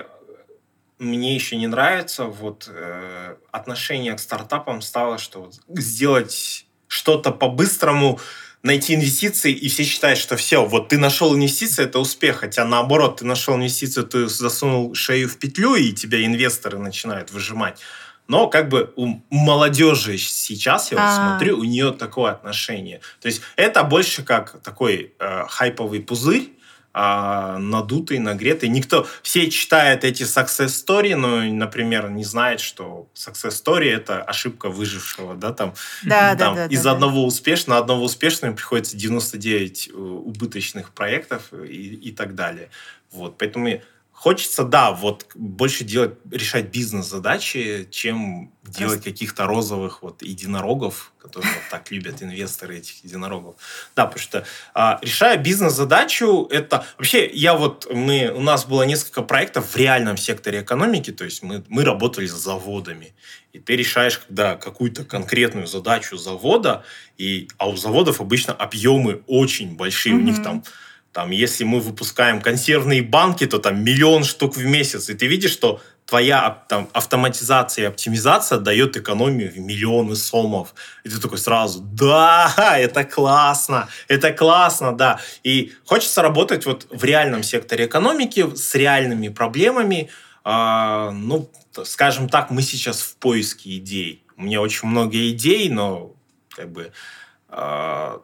мне еще не нравится вот э, отношение к стартапам стало, что вот сделать что-то по-быстрому, найти инвестиции, и все считают, что все, вот ты нашел инвестиции, это успех. Хотя наоборот, ты нашел инвестицию, ты засунул шею в петлю, и тебя инвесторы начинают выжимать. Но как бы у молодежи сейчас, я вот смотрю, у нее такое отношение. То есть это больше как такой э, хайповый пузырь, э, надутый, нагретый. Никто, все читают эти success story, но, например, не знают, что success story – это ошибка выжившего. Да, там, да, там, да, да, из да, одного да. успешного, одного успешного приходится девяносто девять убыточных проектов и, и так далее. Вот, поэтому... Хочется, да, вот больше делать, решать бизнес-задачи, чем Просто. делать каких-то розовых вот единорогов, которые вот так любят инвесторы этих единорогов. Да, потому что а, решая бизнес-задачу, это... Вообще, я вот... Мы, у нас было несколько проектов в реальном секторе экономики, то есть мы, мы работали с заводами. И ты решаешь, когда какую-то конкретную задачу завода, и, а у заводов обычно объемы очень большие, mm-hmm. у них там... Там, если мы выпускаем консервные банки, то там миллион штук в месяц. И ты видишь, что твоя там, автоматизация и оптимизация дает экономию в миллионы сомов. И ты такой сразу, да, это классно, это классно, да. И хочется работать вот в реальном секторе экономики с реальными проблемами. А, ну, скажем так, мы сейчас в поиске идей. У меня очень много идей, но как бы... А,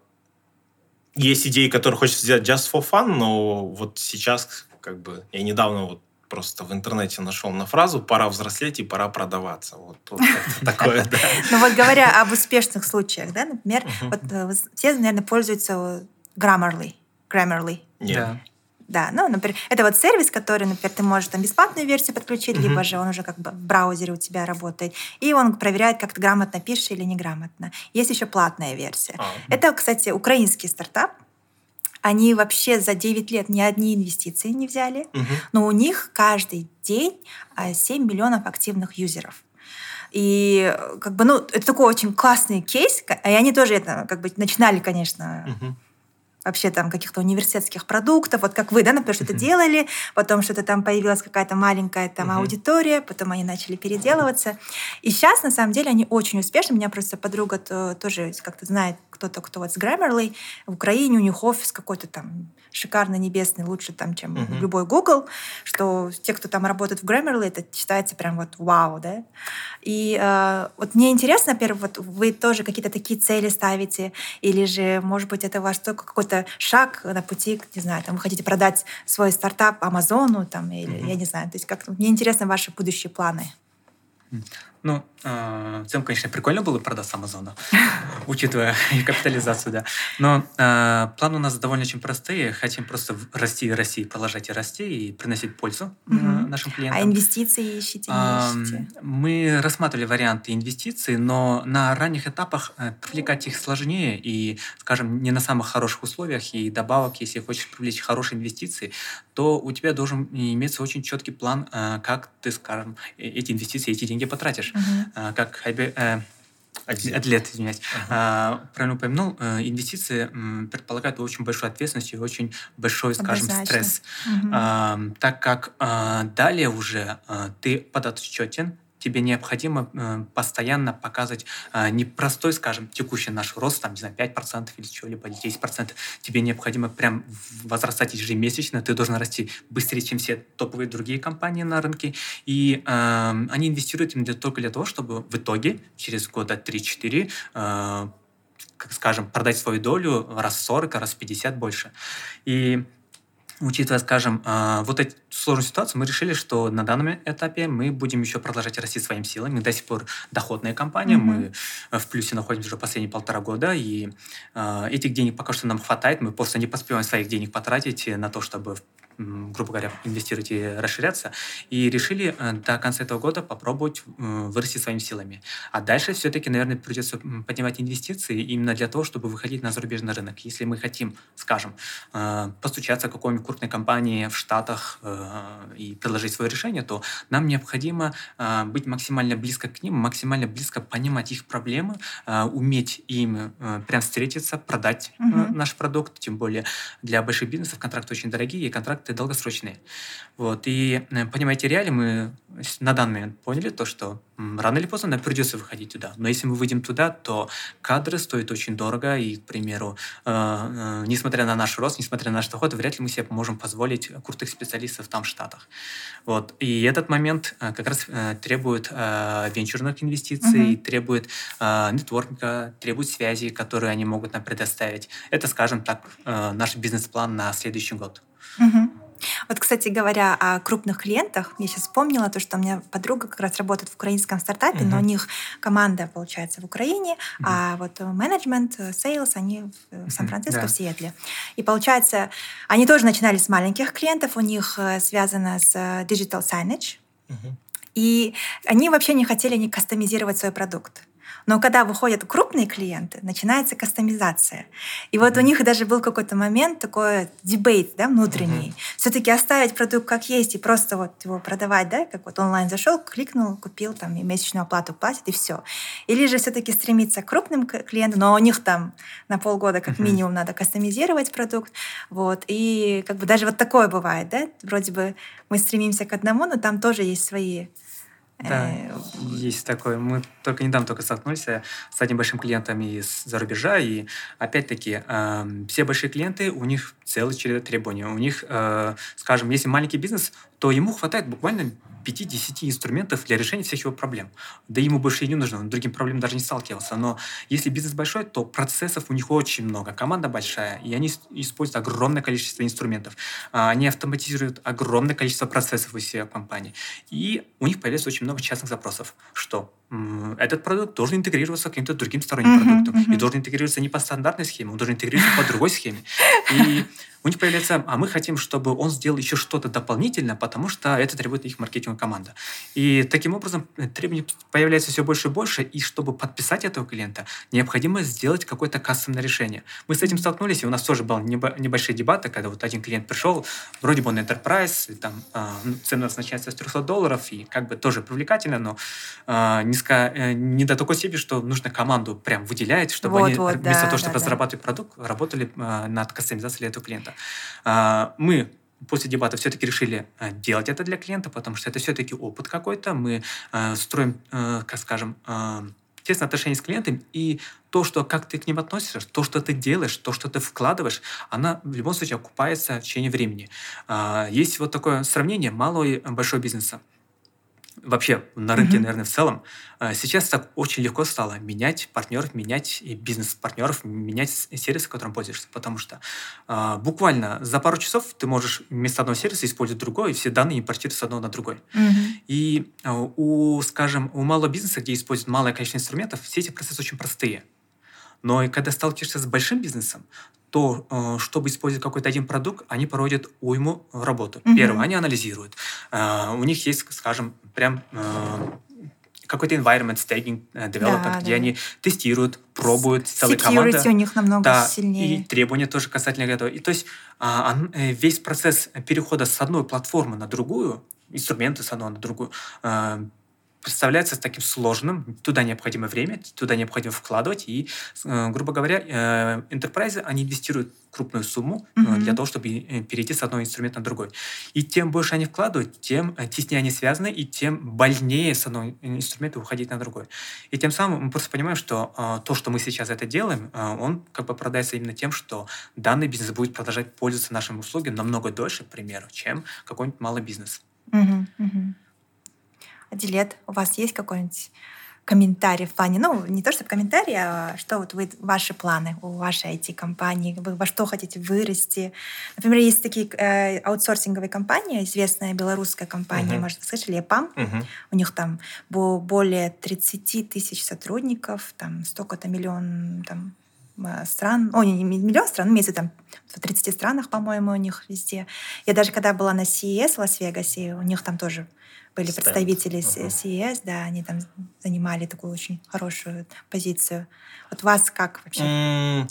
есть идеи, которые хочется сделать just for fun, но вот сейчас, как бы, я недавно вот просто в интернете нашел на фразу «пора взрослеть и пора продаваться». Вот, вот такое, да. Ну вот говоря об успешных случаях, да, например, вот все, наверное, пользуются Grammarly. Grammarly. Нет. Да, ну, например, это вот сервис, который, например, ты можешь там бесплатную версию подключить, uh-huh. либо же он уже как бы в браузере у тебя работает, и он проверяет, как ты грамотно пишешь или неграмотно. Есть еще платная версия. Uh-huh. Это, кстати, украинский стартап. Они вообще за девять лет ни одни инвестиции не взяли, uh-huh. но у них каждый день семь миллионов активных юзеров. И как бы, ну, это такой очень классный кейс, и они тоже это как бы начинали, конечно, Мгм. вообще там каких-то университетских продуктов, вот как вы, да, например, что-то Мгм. делали, потом что-то там появилась какая-то маленькая там Мгм. аудитория, потом они начали переделываться. И сейчас, на самом деле, они очень успешны. У меня просто подруга то- тоже как-то знает кто-то, кто вот с Grammarly. В Украине у них офис какой-то там шикарно небесный, лучше там, чем Мгм. любой Google, что те, кто там работает в Grammarly, это считается прям вот вау, да. И э, вот мне интересно, во-первых, вот вы тоже какие-то такие цели ставите, или же, может быть, это ваш только какой-то шаг на пути, не знаю, там вы хотите продать свой стартап Амазону, там, или Мгм. я не знаю, то есть как мне интересны ваши будущие планы. М. Ну, э, в целом, конечно, прикольно было продаться Амазону, учитывая и капитализацию, да. Но э, планы у нас довольно очень простые. Хотим просто в- расти и расти, продолжать и расти, и приносить пользу э, Мгм. нашим А клиентам. инвестиции ищете, не ищете? Ам, Мы рассматривали варианты инвестиций, но на ранних этапах э, привлекать их сложнее и, скажем, не на самых хороших условиях. И добавок, если хочешь привлечь хорошие инвестиции, то у тебя должен иметься очень четкий план, э, как ты, скажем, э- эти инвестиции, эти деньги потратишь. Мгм. Э, Как Айбе- э, Отдел. Атлет, извиняюсь, Ага. а, правильно упомянул, э, инвестиции м, предполагают очень большую ответственность и очень большой, скажем, Однозначно. стресс. Мгм. Ам, так как а, далее уже а, ты подотчетен, тебе необходимо э, постоянно показывать а, не простой, скажем, текущий наш рост, там, не знаю, пять процентов или чего-либо, или десять процентов. Тебе необходимо прям в- возрастать ежемесячно, ты должен расти быстрее, чем все топовые другие компании на рынке. И ам, они инвестируют именно только для того, чтобы в итоге через года три-четыре э, как скажем, продать свою долю раз в сорок, раз в пятьдесят больше. И учитывая, скажем, а, вот эту сложную ситуацию, мы решили, что на данном этапе мы будем еще продолжать расти своими силами. Мы до сих пор доходная компания, Мгм. мы э, в плюсе находимся уже последние полтора года, и а, этих денег пока что нам хватает. Мы просто не поспеваем своих денег потратить на то, чтобы, м, грубо говоря, инвестировать и расширяться. И решили э, до конца этого года попробовать э, вырасти своими силами. А дальше все-таки, наверное, придется м, поднимать инвестиции именно для того, чтобы выходить на зарубежный рынок. Если мы хотим, скажем, э, постучаться к какой-нибудь крупной компании в Штатах э, и предложить свое решение, то нам необходимо э, быть максимально близко к ним, максимально близко понимать их проблемы, э, уметь им э, прям встретиться, продать э, Мгм. наш продукт, тем более для больших бизнесов контракты очень дорогие и контракты долгосрочные. Вот. И, э, понимаете, реалии мы с- на данный момент поняли то, что м, рано или поздно нам придется выходить туда. Но если мы выйдем туда, то кадры стоят очень дорого, и, к примеру, э, э, несмотря на наш рост, несмотря на наш доход, вряд ли мы себе можем позволить крутых специалистов там в Штатах. Вот. И этот момент э, как раз э, требует э, венчурных инвестиций, Мгм. требует э, нетворкинга, требует связи, которые они могут нам предоставить. Это, скажем так, э, наш бизнес-план на следующий год. Мгм. Вот, кстати говоря, о крупных клиентах, я сейчас вспомнила то, что у меня подруга как раз работает в украинском стартапе, но у Мгм. них команда, получается, в Украине, Мгм. а вот э, менеджмент, э, сейлс, они в э, Мгм. Сан-Франциско, в Да. Сиэтле. И получается, они тоже начинали с маленьких клиентов, у них э, связано с э, digital signage, Мгм. и они вообще не хотели не кастомизировать свой продукт. Но когда выходят крупные клиенты, начинается кастомизация. И вот у Мгм. них даже был какой-то момент, такой дебейт, да, Мгм. внутренний. Все-таки оставить продукт как есть и просто вот его продавать, да, как вот онлайн зашел, кликнул, купил там и месячную оплату платит и все. Или же все-таки стремиться к крупным к- клиентам, но у них там на полгода как Мгм. минимум надо кастомизировать продукт, вот. И как бы даже вот такое бывает, да, вроде бы мы стремимся к одному, но там тоже есть свои Да, э, есть такое. Мы только недавно только столкнулись с одним большим клиентом из-за рубежа, и опять-таки эм, все большие клиенты, у них целый черед требований. У них, э, скажем, если маленький бизнес, то ему хватает буквально пяти-десяти инструментов для решения всех его проблем. Да ему больше и не нужно, он с другим проблемам даже не сталкивался. Но если бизнес большой, то процессов у них очень много, команда большая, и они с- используют огромное количество инструментов. А, Они автоматизируют огромное количество процессов у себя в компании. И у них появляется очень много частных запросов, что м, этот продукт должен интегрироваться с каким-то другим сторонним Мгм, продуктом. И мгм. должен интегрироваться не по стандартной схеме, он должен интегрироваться по другой схеме. И у них появляется, а мы хотим, чтобы он сделал еще что-то дополнительно, потому что это требует их маркетинговая команда. И таким образом требований появляется все больше и больше, и чтобы подписать этого клиента, необходимо сделать какое-то кастомное решение. Мы с этим столкнулись, и у нас тоже были небольшие дебаты, когда вот один клиент пришел, вроде бы он enterprise, и там э, цена начинается с трехсот долларов, и как бы тоже привлекательно, но э, низко, э, не до такой степени, что нужно команду прям выделять, чтобы Вот, они вот, вместо да, того, чтобы да, да. разрабатывать продукт, работали э, над кастомизацией для этого клиента. Э, мы после дебата все-таки решили э, делать это для клиента, потому что это все-таки опыт какой-то. Мы э, строим, э, как скажем, э, тесное отношение с клиентом, и то, что как ты к ним относишься, то, что ты делаешь, то, что ты вкладываешь, она в любом случае окупается в течение времени. Э, есть вот такое сравнение малого и большого бизнеса. Вообще на рынке, Мгм. наверное, в целом, э, сейчас так очень легко стало менять партнеров, менять и бизнес-партнеров, менять с- сервисы, которым пользуешься, потому что э, буквально за пару часов ты можешь вместо одного сервиса использовать другой, и все данные импортируют с одного на другой. Мгм. И э, у, скажем, у малого бизнеса, где используют малое количество инструментов, все эти процессы очень простые. Но и когда сталкиваешься с большим бизнесом, то, э, чтобы использовать какой-то один продукт, они проводят уйму э, работы. Мгм. Первое, они анализируют. Э, у них есть, скажем, прям э, какой-то environment staging э, development, Да, где да, да. они тестируют, пробуют, целая команда. Security у них намного Да, и сильнее. требования тоже касательно этого. И то есть а, он, э, весь процесс перехода с одной платформы на другую, инструменты с одной на другую, э, представляется таким сложным. Туда необходимо время, туда необходимо вкладывать. И, э, грубо говоря, э, enterprise, они инвестируют крупную сумму э, для Мгм. того, чтобы э, перейти с одного инструмента на другой. И тем больше они вкладывают, тем э, теснее они связаны, и тем больнее с одного инструмента уходить на другой. И тем самым мы просто понимаем, что э, то, что мы сейчас это делаем, э, он как бы продается именно тем, что данный бизнес будет продолжать пользоваться нашими услугами намного дольше, к примеру, чем какой-нибудь малый бизнес. Мгм. Мгм. Адилет, у вас есть какой-нибудь комментарий в плане, ну, не то чтобы комментарий, а что вот вы, ваши планы у вашей ай ти-компании, вы во что хотите вырасти? Например, есть такие э, аутсорсинговые компании, известная белорусская компания, Мгм. может, вы слышали, EPAM, Мгм. у них там бо- более тридцать тысяч сотрудников, там столько-то миллион там, э, стран, о, не, не миллион стран, ну, имеется там в тридцати странах, по-моему, у них везде. Я даже когда была на си и эс в Лас-Вегасе, у них там тоже были Стенд. представители Мгм. си и эс, да, они там занимали такую очень хорошую позицию. Вот вас как вообще? М,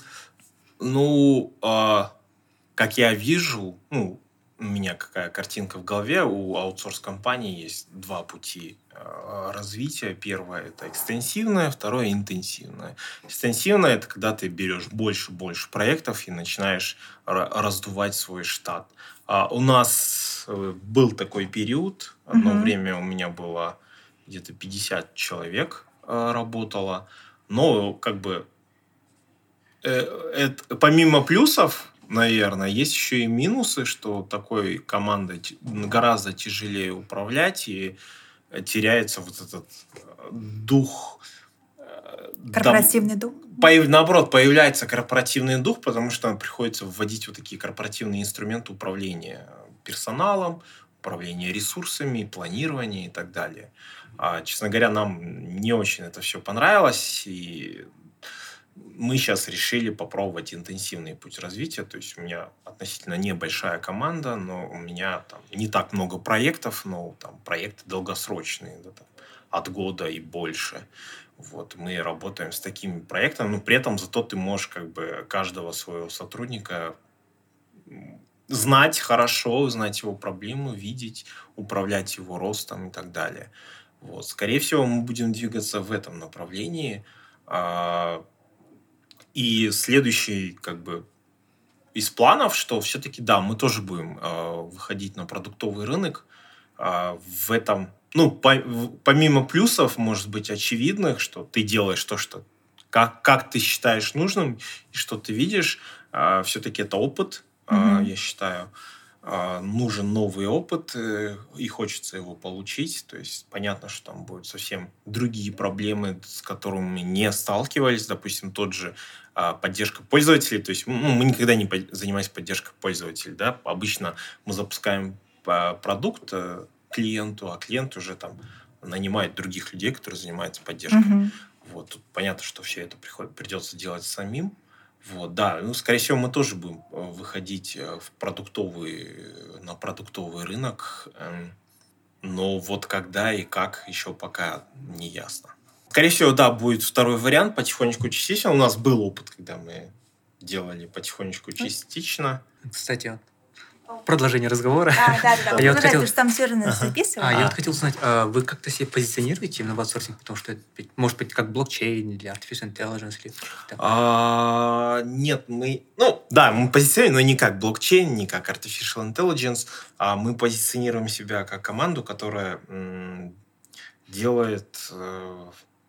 Ну, а, как я вижу, ну, у меня какая картинка в голове, у аутсорс-компании есть два пути а, развития. Первое– это экстенсивное, второе– интенсивное. Экстенсивное– это когда ты берешь больше-больше проектов и начинаешь ра- раздувать свой штат. А у нас э, был такой период, одно Мгм. время у меня было где-то пятьдесят человек а, работало, но как бы э, это, помимо плюсов, наверное, есть еще и минусы, что такой командой т- гораздо тяжелее управлять и э, теряется вот этот э, дух. э, дом- Корпоративный дух? появ- Наоборот, появляется корпоративный дух, потому что приходится вводить вот такие корпоративные инструменты управления персоналом, управления ресурсами, планирования и так далее. А, честно говоря, нам не очень это все понравилось, и мы сейчас решили попробовать интенсивный путь развития. То есть у меня относительно небольшая команда, но у меня там не так много проектов, но там проекты долгосрочные, да, там, от года и больше. Вот, мы работаем с такими проектами, но при этом зато ты можешь как бы каждого своего сотрудника м, знать хорошо, знать его проблемы, видеть, управлять его ростом и так далее. Вот. Скорее всего, мы будем двигаться в этом направлении. А, и следующий, как бы, из планов, что все-таки, да, мы тоже будем э, выходить на продуктовый рынок. А, в этом, ну, по- в- помимо плюсов, может быть, очевидных, что ты делаешь то, что как, как ты считаешь нужным, и что ты видишь, все-таки это опыт, а, Мгм. я считаю. А, нужен новый опыт, э, и хочется его получить. То есть понятно, что там будут совсем другие проблемы, с которыми мы не сталкивались. Допустим, тот же а, поддержка пользователей. То есть ну, мы никогда не по- занимаемся поддержкой пользователей. Да? Обычно мы запускаем а, продукт э, клиенту, а клиент уже там нанимает других людей, которые занимаются поддержкой. Мгм. Вот. Тут понятно, что все это приход- придется делать самим. Вот, да, ну, скорее всего, мы тоже будем э, выходить э, в продуктовый, на продуктовый рынок, эм, но вот когда и как еще пока не ясно. Скорее всего, да, будет второй вариант, потихонечку, частично. У нас был опыт, когда мы делали потихонечку, частично. Кстати, продолжение разговора. А, да, да, да. А я вот Продолжай, хотел- ты же там все равно Ага. записывал. А, я А. вот хотел узнать, а вы как-то себя позиционируете именно в аутсорсинг, потому что это, ведь может быть как блокчейн или artificial intelligence или какие-то- А, нет, мы... Ну, да, мы позиционируем, но не как блокчейн, не как artificial intelligence, а мы позиционируем себя как команду, которая м, делает э,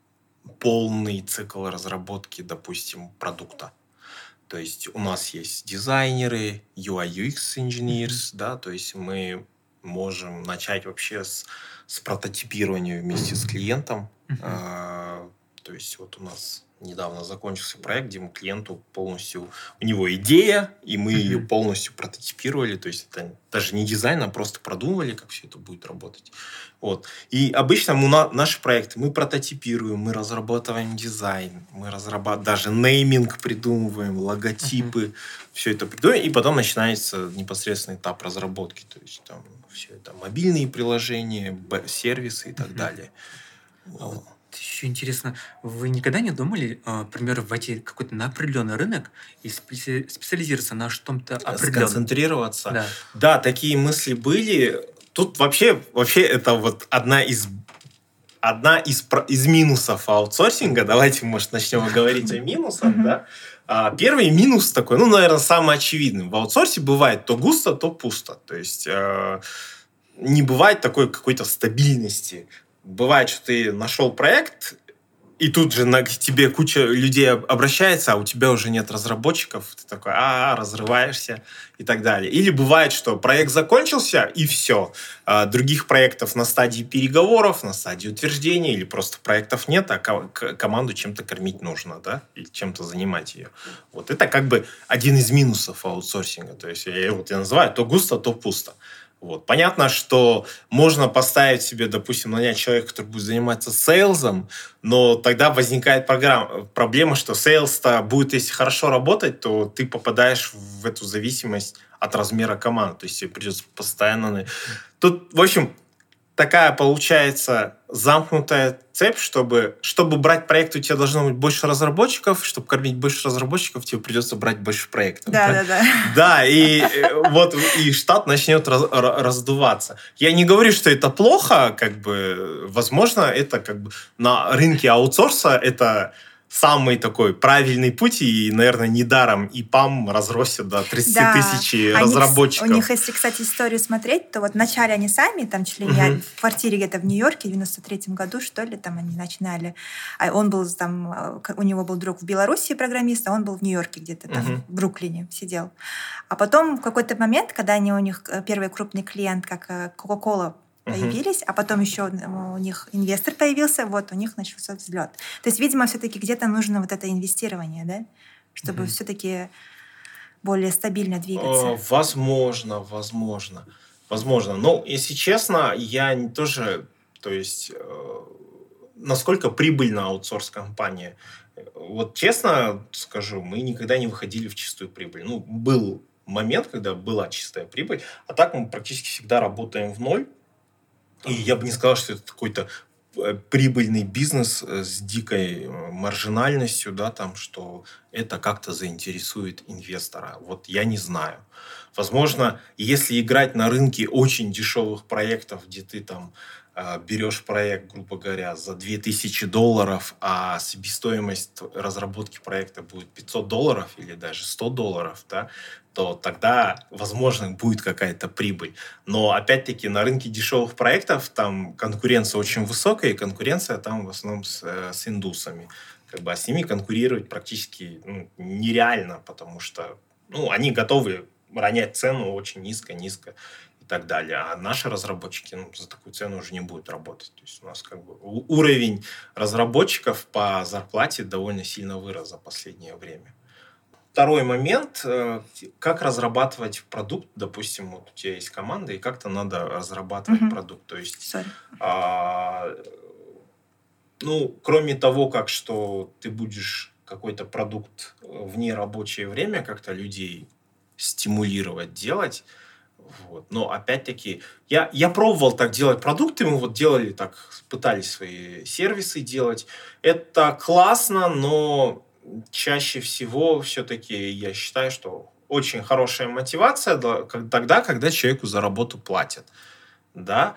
полный цикл разработки, допустим, продукта. То есть у нас есть дизайнеры, ю ай ю экс engineers, да, то есть мы можем начать вообще с, с прототипирования вместе с клиентом. Мгм. А, то есть вот у нас недавно закончился проект, где мы клиенту полностью... У него идея, и мы ее Мгм. полностью прототипировали. То есть это даже не дизайн, а просто продумывали, как все это будет работать. Вот. И обычно мы, на, наши проекты мы прототипируем, мы разрабатываем дизайн, мы разрабатываем, даже нейминг придумываем, логотипы, все это придумываем, и потом начинается непосредственный этап разработки. То есть там все это мобильные приложения, б- сервисы и так Мгм. далее. А вот еще интересно, вы никогда не думали, а, например, войти какой-то на определенный рынок и спеси- специализироваться на что-то определенном? Сконцентрироваться. Да. Да, такие мысли были. Тут вообще, вообще это вот одна из одна из, про- из минусов аутсорсинга. Давайте, может, начнем говорить о минусах, Мгм. да. А, Первый минус такой, ну, наверное, самый очевидный. В аутсорсе бывает то густо, то пусто. То есть э, не бывает такой какой-то стабильности. Бывает, что ты нашел проект, и тут же на, к тебе куча людей об- обращается, а у тебя уже нет разработчиков. Ты такой, а, разрываешься и так далее. Или бывает, что проект закончился, и все. А, других проектов на стадии переговоров, на стадии утверждения, или просто проектов нет, а ко- к- команду чем-то кормить нужно, да, и чем-то занимать ее. Вот это как бы один из минусов аутсорсинга. То есть я, вот я называю то густо, то пусто. Вот. Понятно, что можно поставить себе, допустим, нанять человека, который будет заниматься сейлзом, но тогда возникает программа, проблема, что сейлс-то будет, если хорошо работать, то ты попадаешь в эту зависимость от размера команды. То есть тебе придется постоянно... на- Тут, в общем, такая получается замкнутая цепь, чтобы, чтобы брать проект, у тебя должно быть больше разработчиков, чтобы кормить больше разработчиков, тебе придется брать больше проектов. Да, да, да. Да, и э, вот и штат начнет раз- ра- раздуваться. Я не говорю, что это плохо, как бы, возможно, это как бы на рынке аутсорса это самый такой правильный путь, и, наверное, недаром и ПАМ разросся до тридцать Да. тысяч Они, кс- разработчиков. У них, если, кстати, историю смотреть, то вот вначале они сами, там, чуть ли не Мгм. в квартире где-то в Нью-Йорке, в девяносто третьем году, что ли, там они начинали. А он был там, э, к- у него был друг в Беларуси программист, а он был в Нью-Йорке где-то там, Мгм. в Бруклине сидел. А потом в какой-то момент, когда они у них э, первый крупный клиент, как э, Coca-Cola, Мгм. появились, а потом еще у них инвестор появился, вот у них начался взлет. То есть, видимо, все-таки где-то нужно вот это инвестирование, да, чтобы Мгм. все-таки более стабильно Э, двигаться. Возможно, возможно, возможно. Но, если честно, я не тоже, то есть, э, насколько прибыльна аутсорс-компания. Э, Вот честно скажу, мы никогда не выходили в чистую прибыль. Ну, был момент, когда была чистая прибыль, а так мы практически всегда работаем в ноль. И я бы не сказал, что это какой-то э, прибыльный бизнес э, с дикой э, маржинальностью, да, там, что это как-то заинтересует инвестора. Вот я не знаю. Возможно, если играть на рынке очень дешевых проектов, где ты там э, берешь проект, грубо говоря, за две тысячи долларов, а себестоимость разработки проекта будет пятьсот долларов или даже сто долларов, да, то тогда, возможно, будет какая-то прибыль. Но, опять-таки, на рынке дешевых проектов там конкуренция очень высокая, и конкуренция там в основном с, э, с индусами. Как бы, а с ними конкурировать практически ну, нереально, потому что ну, они готовы ронять цену очень низко-низко и так далее. А наши разработчики ну, за такую цену уже не будут работать. То есть у нас как бы у- уровень разработчиков по зарплате довольно сильно вырос за последнее время. Второй момент, э, как разрабатывать продукт, допустим, вот у тебя есть команда, и как-то надо разрабатывать Мгм. продукт. То есть, Сори. а, ну, кроме того, как что ты будешь какой-то продукт в нерабочее время, как-то людей стимулировать, делать. Вот. Но опять-таки, я, я пробовал так делать продукты, мы вот делали так, пытались свои сервисы делать. Это классно, но чаще всего все-таки я считаю, что очень хорошая мотивация тогда, когда человеку за работу платят. Да?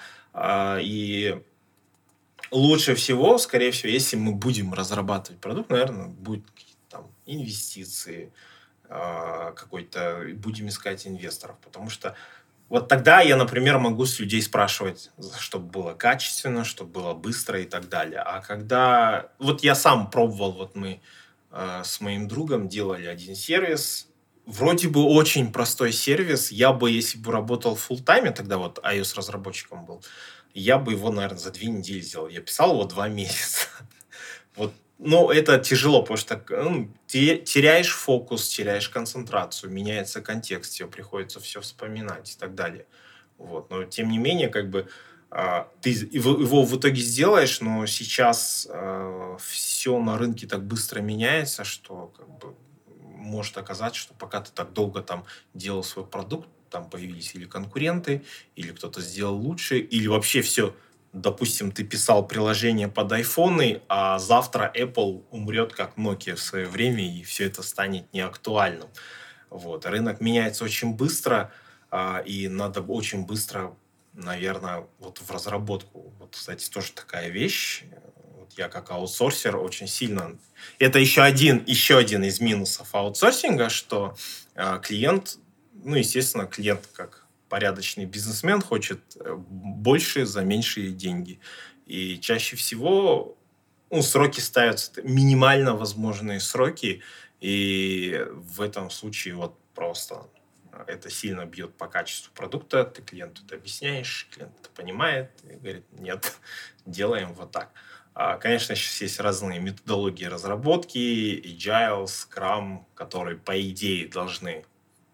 И лучше всего, скорее всего, если мы будем разрабатывать продукт, наверное, будут какие-то там инвестиции, какой-то, будем искать инвесторов, потому что вот тогда я, например, могу с людей спрашивать, чтобы было качественно, чтобы было быстро и так далее. А когда... Вот я сам пробовал, вот мы э, с моим другом делали один сервис, вроде бы очень простой сервис, я бы, если бы работал в фулл-тайме, тогда вот iOS-разработчиком был, я бы его, наверное, за две недели сделал. Я писал его два месяца. Вот. Ну, это тяжело, потому что ну, теряешь фокус, теряешь концентрацию, меняется контекст, тебе приходится все вспоминать и так далее. Вот. Но, тем не менее, как бы э, ты его, его в итоге сделаешь, но сейчас э, все на рынке так быстро меняется, что как бы, может оказаться, что пока ты так долго там делал свой продукт, там появились или конкуренты, или кто-то сделал лучше, или вообще все... Допустим, ты писал приложение под айфоны, а завтра Apple умрет, как Nokia в свое время, и все это станет неактуальным. Вот. Рынок меняется очень быстро, и надо очень быстро, наверное, вот в разработку. Вот, кстати, тоже такая вещь. Вот я как аутсорсер очень сильно... Это еще один, еще один из минусов аутсорсинга, что клиент, ну, естественно, клиент как порядочный бизнесмен хочет больше за меньшие деньги. И чаще всего ну, сроки ставятся минимально возможные сроки. И в этом случае вот просто это сильно бьет по качеству продукта. Ты клиенту это объясняешь, клиент это понимает и говорит, нет, делаем вот так. Конечно, сейчас есть разные методологии разработки, Agile, Scrum, которые, по идее, должны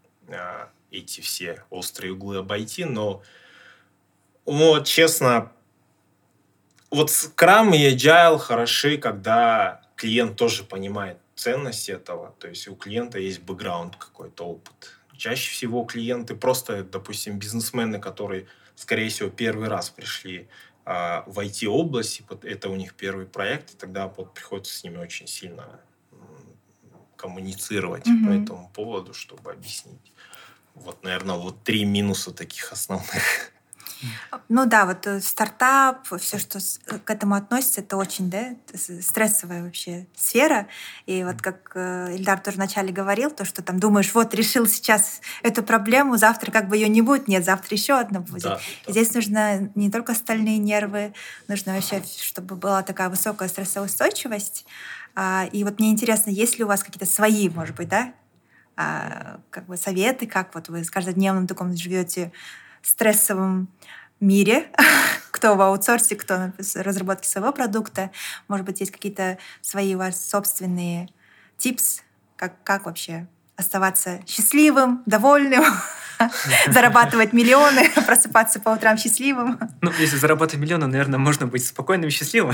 эти все острые углы обойти, но вот, честно, вот Scrum и Agile хороши, когда клиент тоже понимает ценность этого, то есть у клиента есть бэкграунд какой-то, опыт. Чаще всего клиенты просто, допустим, бизнесмены, которые, скорее всего, первый раз пришли а, в ай ти-область, это у них первый проект, и тогда вот приходится с ними очень сильно коммуницировать mm-hmm. по этому поводу, чтобы объяснить. Вот, наверное, вот три минуса таких основных. Ну да, вот стартап, все, что к этому относится, это очень, да, стрессовая вообще сфера. И вот как Ильдар тоже вначале говорил, то, что там думаешь, вот решил сейчас эту проблему, завтра как бы ее не будет, нет, завтра еще одна будет. Да, да. Здесь нужно не только стальные нервы, нужно вообще, чтобы была такая высокая стрессоустойчивость. И вот мне интересно, есть ли у вас какие-то свои, может быть, да, как бы советы, как вот вы с каждодневным таком живете стрессовом мире, кто в аутсорсе, кто на разработке своего продукта. Может быть, есть какие-то свои у вас собственные типс, как, как вообще оставаться счастливым, довольным, зарабатывать миллионы, просыпаться по утрам счастливым. Ну, если зарабатывать миллионы, наверное, можно быть спокойным и счастливым.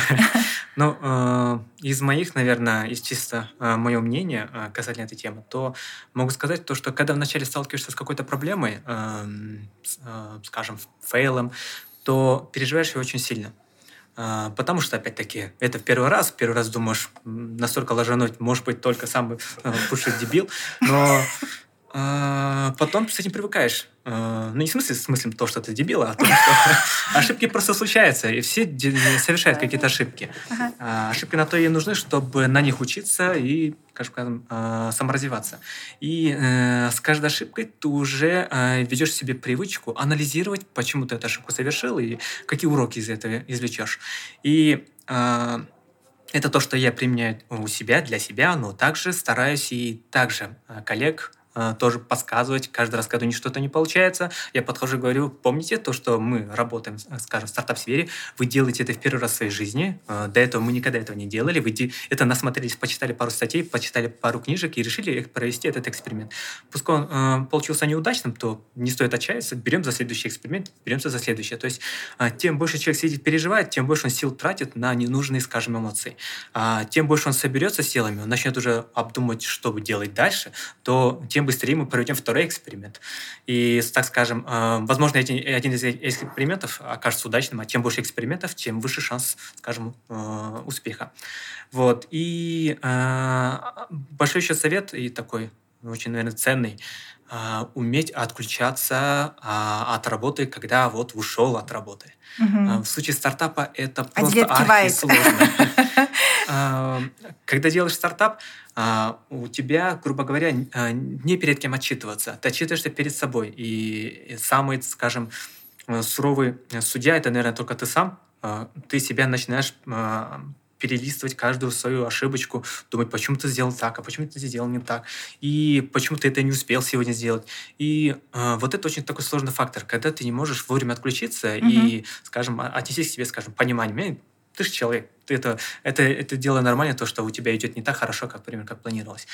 Но э, из моих, наверное, из чисто э, моего мнения э, касательно этой темы, то могу сказать то, что когда вначале сталкиваешься с какой-то проблемой, э, с, э, скажем, фейлом, то переживаешь ее очень сильно. Uh, потому что, опять-таки, это в первый раз. В первый раз думаешь, настолько ложануть, может быть, только самый uh, пушный дебил. Но uh, потом с этим привыкаешь. Uh, ну, не в смысле, в смысле то, что ты дебил, а то, что ошибки просто случаются, и все совершают какие-то ошибки. Uh, ошибки на то и нужны, чтобы на них учиться и, скажем, uh, саморазвиваться. И uh, с каждой ошибкой ты уже uh, ведешь себе привычку анализировать, почему ты эту ошибку совершил и какие уроки из этого извлечешь. И uh, это то, что я применяю у себя, для себя, но также стараюсь и также uh, коллег э, тоже подсказывать. Каждый раз, когда у них что-то не получается, я подхожу и говорю, помните то, что мы работаем, скажем, в стартап-сфере, вы делаете это в первый раз в своей жизни, э, до этого мы никогда этого не делали, вы де- это насмотрелись, почитали пару статей, почитали пару книжек и решили провести этот эксперимент. Пускай он э, получился неудачным, то не стоит отчаяться, берем за следующий эксперимент, беремся за следующий. То есть э, тем больше человек сидит, переживает, тем больше он сил тратит на ненужные, скажем, эмоции. А, тем больше он соберется силами, он начнет уже обдумывать, что бы делать дальше, то тем быстрее мы проведем второй эксперимент. И, так скажем, э, возможно, эти, один из экспериментов окажется удачным, а чем больше экспериментов, тем выше шанс, скажем, э, успеха. Вот. И э, большой еще совет, и такой очень, наверное, ценный, а, уметь отключаться а, от работы, когда вот ушел от работы. Мгм. А, в случае стартапа это А просто Дилет кивает. архисложно. А, Когда делаешь стартап, а, у тебя, грубо говоря, н- а, не перед кем отчитываться. Ты отчитываешься перед собой. И и самый, скажем, э, суровый э, судья — это, наверное, только ты сам. А, Ты себя начинаешь а, перелистывать каждую свою ошибочку, думать, почему ты сделал так, а почему ты сделал не так, и почему ты это не успел сегодня сделать. И э, вот это очень такой сложный фактор, когда ты не можешь вовремя отключиться Мгм. и, скажем, а- отнестись к себе, скажем, пониманием. «Эй, ты же человек, ты это, это, это дело нормально, то, что у тебя идет не так хорошо, как, например, как планировалось.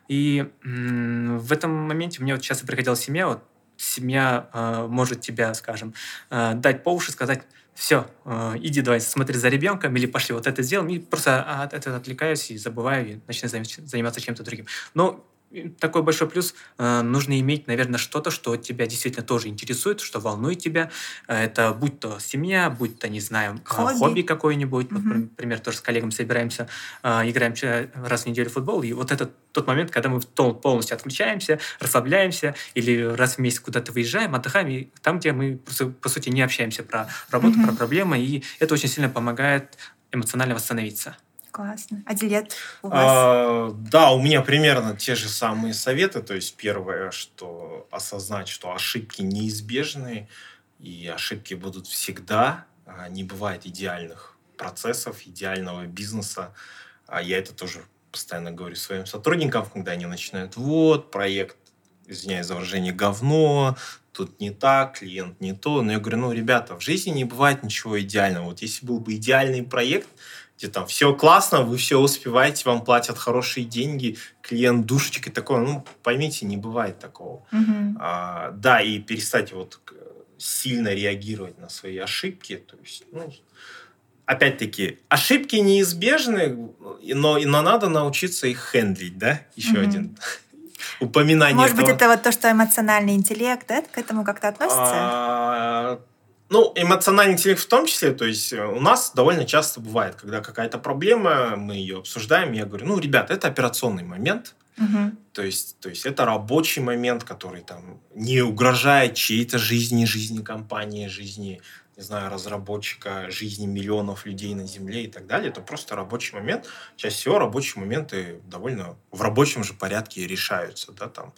И м, в этом моменте мне вот часто приходила семья, вот семья э, может тебя, скажем, э, дать по уши, сказать, все, иди давай смотри за ребенком или пошли вот это сделаем, и просто от этого отвлекаюсь и забываю, и начинаю займ- заниматься чем-то другим. Но э, такой большой плюс, э, нужно иметь, наверное, что-то, что тебя действительно тоже интересует, что волнует тебя. Э, Это будь то семья, будь то, не знаю, э, Хобби. хобби какое-нибудь. Вот, Мгм. например, тоже с коллегами собираемся, э, играем э, раз в неделю в футбол, и вот это тот момент, когда мы в тол- полностью отключаемся, расслабляемся, или раз в месяц куда-то выезжаем, отдыхаем, и там, где мы, просто, по сути, не общаемся про работу, про Мгм. проблемы, и это очень сильно помогает эмоционально восстановиться. Классно. А Дилет у вас? А, да, у меня примерно те же самые советы. То есть первое, что осознать, что ошибки неизбежны, и ошибки будут всегда. А, Не бывает идеальных процессов, идеального бизнеса. А я это тоже постоянно говорю своим сотрудникам, когда они начинают, вот, проект, извиняюсь за выражение, говно, тут не так, клиент не то. Но я говорю, ну, ребята, в жизни не бывает ничего идеального. Вот если был бы идеальный проект, где там все классно, вы все успеваете, вам платят хорошие деньги, клиент душечкой такой, ну, поймите, не бывает такого. Мгм. А, да, и перестать вот к- сильно реагировать на свои ошибки. То есть, ну, опять-таки, ошибки неизбежны, но, но надо научиться их хендлить, да? Еще Мгм. один упоминание Может быть, этого. это вот то, что эмоциональный интеллект, да, к этому как-то относится? А, Ну, эмоциональный интеллект в том числе, то есть э, у нас довольно часто бывает, когда какая-то проблема, мы ее обсуждаем, я говорю, ну, ребят, это операционный момент, Мгм. то есть, то есть это рабочий момент, который там не угрожает чьей-то жизни, жизни компании, жизни, не знаю, разработчика, жизни миллионов людей на Земле и так далее. Это просто рабочий момент. Чаще всего рабочие моменты довольно в рабочем же порядке решаются, да, там,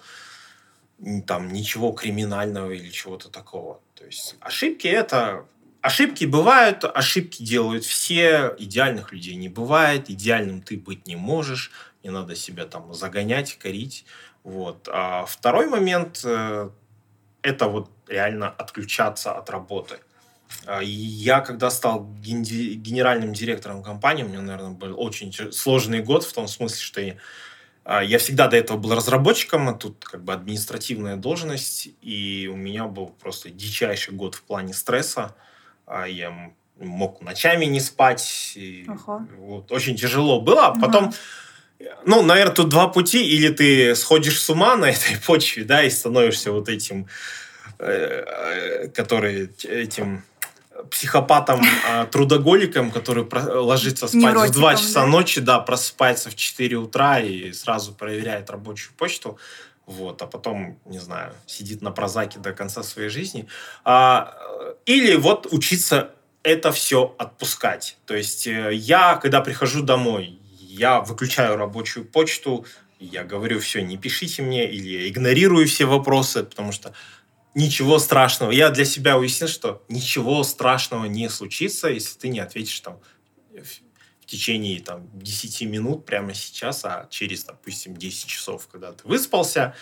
н- там ничего криминального или чего-то такого. То есть ошибки это... Ошибки бывают, ошибки делают все, идеальных людей не бывает, идеальным ты быть не можешь, не надо себя там загонять, корить. Вот. А второй момент э, это вот реально отключаться от работы. А, и Я, когда стал генди- генеральным директором компании, у меня, наверное, был очень тя- сложный год в том смысле, что я, а, я всегда до этого был разработчиком, а тут как бы административная должность, и у меня был просто дичайший год в плане стресса. А, Я м- мог ночами не спать, и Ого. вот, очень тяжело было. А потом, Ага. ну, наверное, тут два пути. Или ты сходишь с ума на этой почве, да, и становишься вот этим, э, э, который т- этим психопатом, а, трудоголиком, который про- ложится спать в два Невротиком, часа да? ночи, да, просыпается в четыре утра и сразу проверяет рабочую почту, вот, а потом, не знаю, сидит на прозаке до конца своей жизни. А, э, или вот учиться это все отпускать. То есть э, я, когда прихожу домой, я выключаю рабочую почту, я говорю, все, не пишите мне, или я игнорирую все вопросы, потому что ничего страшного. Я для себя уяснил, что ничего страшного не случится, если ты не ответишь там в в течение там, десяти минут прямо сейчас, а через, допустим, десять часов, когда ты выспался,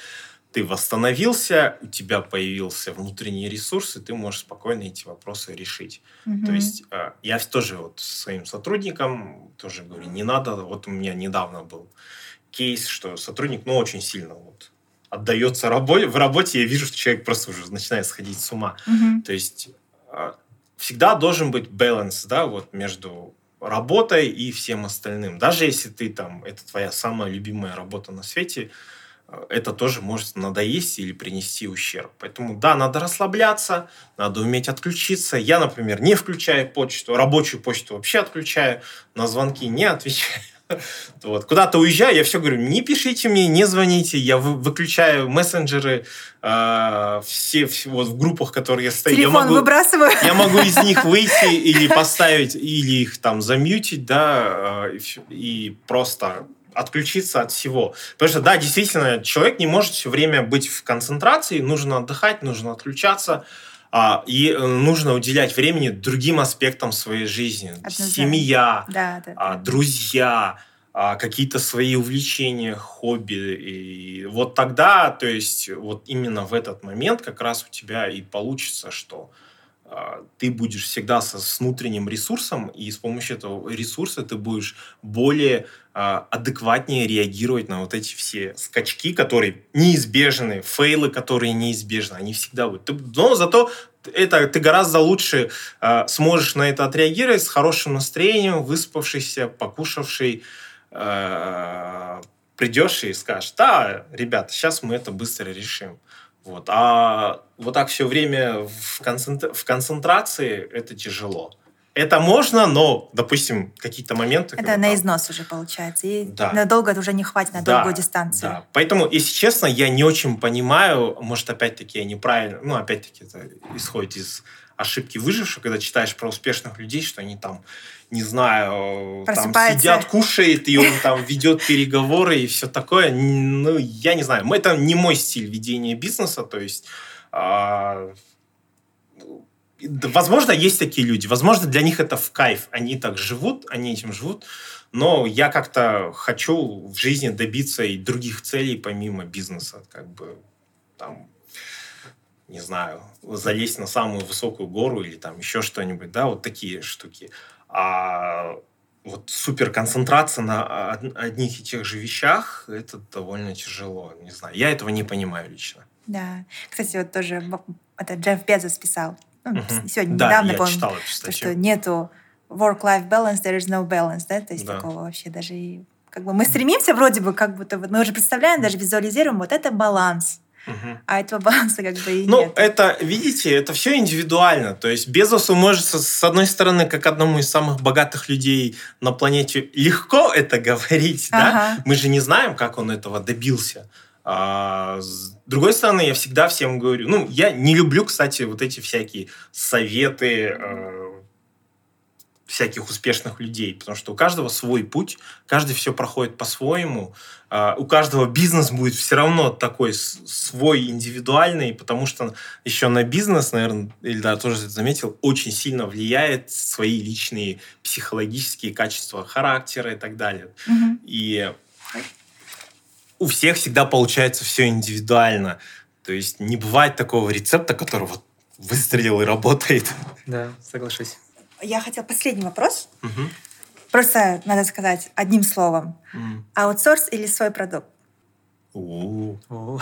ты восстановился, у тебя появился внутренний ресурс, и ты можешь спокойно эти вопросы решить. Мгм. То есть э, я тоже вот своим сотрудникам тоже говорю, не надо, вот у меня недавно был кейс, что сотрудник, ну, очень сильно вот отдается работе, в работе, я вижу, что человек просто уже начинает сходить с ума. Мгм. То есть э, всегда должен быть баланс, да, вот между работой и всем остальным. Даже если ты там, это твоя самая любимая работа на свете, э, это тоже может надоесть или принести ущерб. Поэтому, да, надо расслабляться, надо уметь отключиться. Я, например, не включаю почту, рабочую почту вообще отключаю, на звонки не отвечаю. Вот. Куда-то уезжаю, я все говорю, не пишите мне, не звоните, я вы- выключаю мессенджеры, э, все, все вот в группах, которые я стою. Я Телефон могу, выбрасываю. я могу из них выйти или поставить, или их там замьютить, да, э, и, всё- и просто отключиться от всего. Потому что, да, действительно, человек не может все время быть в концентрации, нужно отдыхать, нужно отключаться, а, и э, нужно уделять времени другим аспектам своей жизни. Однозначно. Семья, Да, да, а, да. друзья, а, какие-то свои увлечения, хобби. И вот тогда, то есть вот именно в этот момент как раз у тебя и получится, что а, ты будешь всегда со, с внутренним ресурсом, и с помощью этого ресурса ты будешь более а, адекватнее реагировать на вот эти все скачки, которые неизбежны, фейлы, которые неизбежны, они всегда будут. Ты- но зато это, ты гораздо лучше а, сможешь на это отреагировать с хорошим настроением, выспавшийся, покушавший, а, придешь и скажешь, да, ребята, сейчас мы это быстро решим. Вот. А вот так все время в, концентра- в концентрации это тяжело. Это можно, но, допустим, какие-то моменты... Это когда на там- износ уже получается. И Да. надолго это уже не хватит на Да, долгую дистанцию. Да. Поэтому, если честно, я не очень понимаю, может, опять-таки я неправильно... Ну, опять-таки, это исходит из ошибки выживших, когда читаешь про успешных людей, что они там, не знаю, там Просыпается. сидят, кушают, и он там ведет переговоры и все такое. Ну, я не знаю. Это не мой стиль ведения бизнеса, то есть... а, да, возможно, есть такие люди. Возможно, для них это в кайф. Они так живут, они этим живут. Но я как-то хочу в жизни добиться и других целей, помимо бизнеса. Как бы там, не знаю, залезть на самую высокую гору или там еще что-нибудь. Да, вот такие штуки. А вот суперконцентрация на од- одних и тех же вещах, это довольно тяжело. Не знаю, я этого не понимаю лично. Да. Кстати, вот тоже б- это Джефф Безос писал. Ну, Мгм. сегодня Да, недавно, я по-моему, читал эту то, статью. что нету work-life balance, there is no balance, да, то есть Да. такого вообще даже и как бы мы стремимся вроде бы, как будто вот мы уже представляем, даже визуализируем, вот это баланс, Мгм. а этого баланса как бы и Ну, нет. это, видите, это все индивидуально. То есть Безосу может, с с одной стороны, как одному из самых богатых людей на планете, легко это говорить, да? Ага. Мы же не знаем, как он этого добился. А с другой стороны, я всегда всем говорю, ну, я не люблю, кстати, вот эти всякие советы э, всяких успешных людей, потому что у каждого свой путь, каждый все проходит по-своему, а, у каждого бизнес будет все равно такой с- свой, индивидуальный, потому что еще на бизнес, наверное, Ильдар тоже это заметил, очень сильно влияет свои личные психологические качества характера и так далее. Мгм. И у всех всегда получается все индивидуально. То есть не бывает такого рецепта, который вот выстрелил и работает. Да, соглашусь. Я хотела последний вопрос. Мгм. Просто надо сказать одним словом. М. Аутсорс или свой продукт? У. О.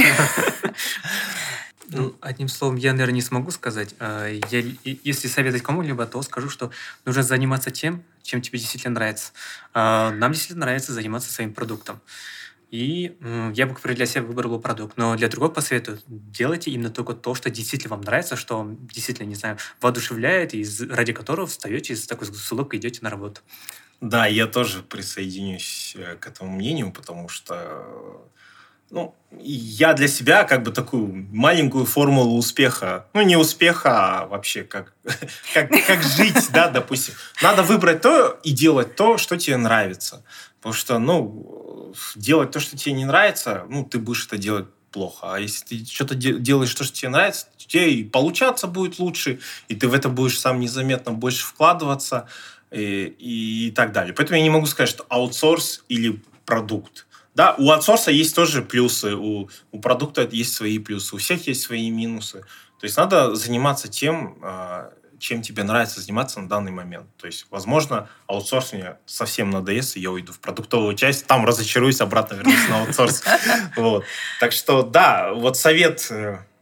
Ну, одним словом, я, наверное, не смогу сказать. А, я, и- если советовать кому-либо, то скажу, что нужно заниматься тем, чем тебе действительно нравится. А, Нам действительно нравится заниматься своим продуктом. И м, я бы, например, для себя выбрал бы продукт. Но для другого посоветую, делайте именно только то, что действительно вам нравится, что вам действительно, не знаю, воодушевляет, и из- ради которого встаете и с такой с улыбкой идете на работу. Да, я тоже присоединюсь э, к этому мнению, потому что э, ну, я для себя как бы такую маленькую формулу успеха, ну, не успеха, а вообще как, как, как жить, да, допустим. Надо выбрать то и делать то, что тебе нравится. Потому что, ну, делать то, что тебе не нравится, ну, ты будешь это делать плохо. А если ты что-то де- делаешь то, что тебе нравится, то тебе и получаться будет лучше, и ты в это будешь сам незаметно больше вкладываться, и, и так далее. Поэтому я не могу сказать, что аутсорс или продукт. Да, у аутсорса есть тоже плюсы, у, у продукта есть свои плюсы, у всех есть свои минусы. То есть надо заниматься тем, чем тебе нравится заниматься на данный момент. То есть, возможно, аутсорс мне совсем надоест, и я уйду в продуктовую часть, там разочаруюсь, обратно вернусь на аутсорс. Вот. Так что, да, вот совет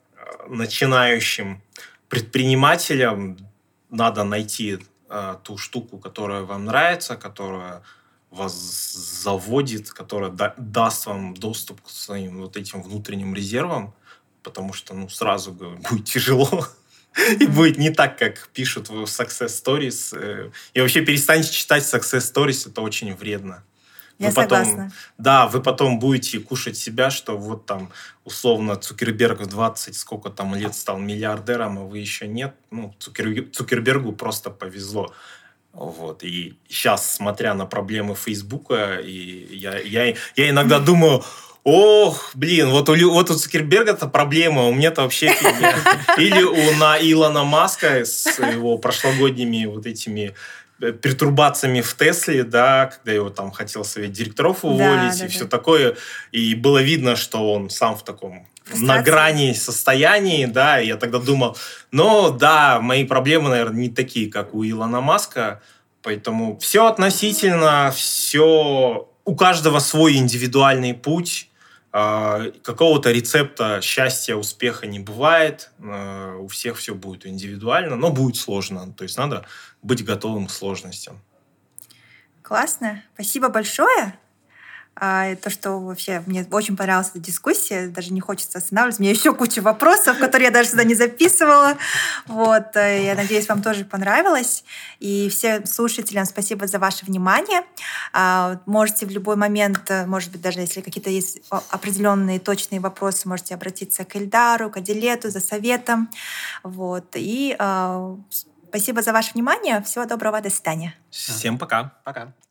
начинающим предпринимателям: надо найти э, ту штуку, которая вам нравится, которая вас заводит, которая да, даст вам доступ к своим вот этим внутренним резервам, потому что, ну, сразу говорю, будет тяжело. И будет не так, как пишут в Success Stories. И вообще перестаньте читать Success Stories, это очень вредно. Я вы потом, согласна. Да, вы потом будете кушать себя, что вот там, условно, Цукерберг в двадцать сколько там лет стал миллиардером, а вы еще нет. Ну, Цукер, Цукербергу просто повезло. Вот. И сейчас, смотря на проблемы Фейсбука, и я, я, я иногда думаю: ох, блин, вот у, вот у Цукерберга-то проблема, у меня-то вообще фигня. Или у на Илона Маска с его прошлогодними вот этими пертурбациями в Тесле, да, когда его там хотел совет директоров уволить, да, и да, все да. такое. И было видно, что он сам в таком Фрустрация. на грани состоянии, да, и я тогда думал, ну, да, мои проблемы, наверное, не такие, как у Илона Маска, поэтому все относительно, все, у каждого свой индивидуальный путь. Какого-то рецепта счастья, успеха не бывает. У всех все будет индивидуально, но будет сложно. То есть надо быть готовым к сложностям. Классно. Спасибо большое. А, то, что вообще мне очень понравилась эта дискуссия, даже не хочется останавливаться. У меня еще куча вопросов, которые я даже сюда не записывала. Вот. Я надеюсь, вам тоже понравилось. И всем слушателям спасибо за ваше внимание. А, можете в любой момент, может быть, даже если какие-то есть определенные точные вопросы, можете обратиться к Эльдару, к Адилету за советом. Вот. И а, спасибо за ваше внимание. Всего доброго. До свидания. Всем пока. Пока.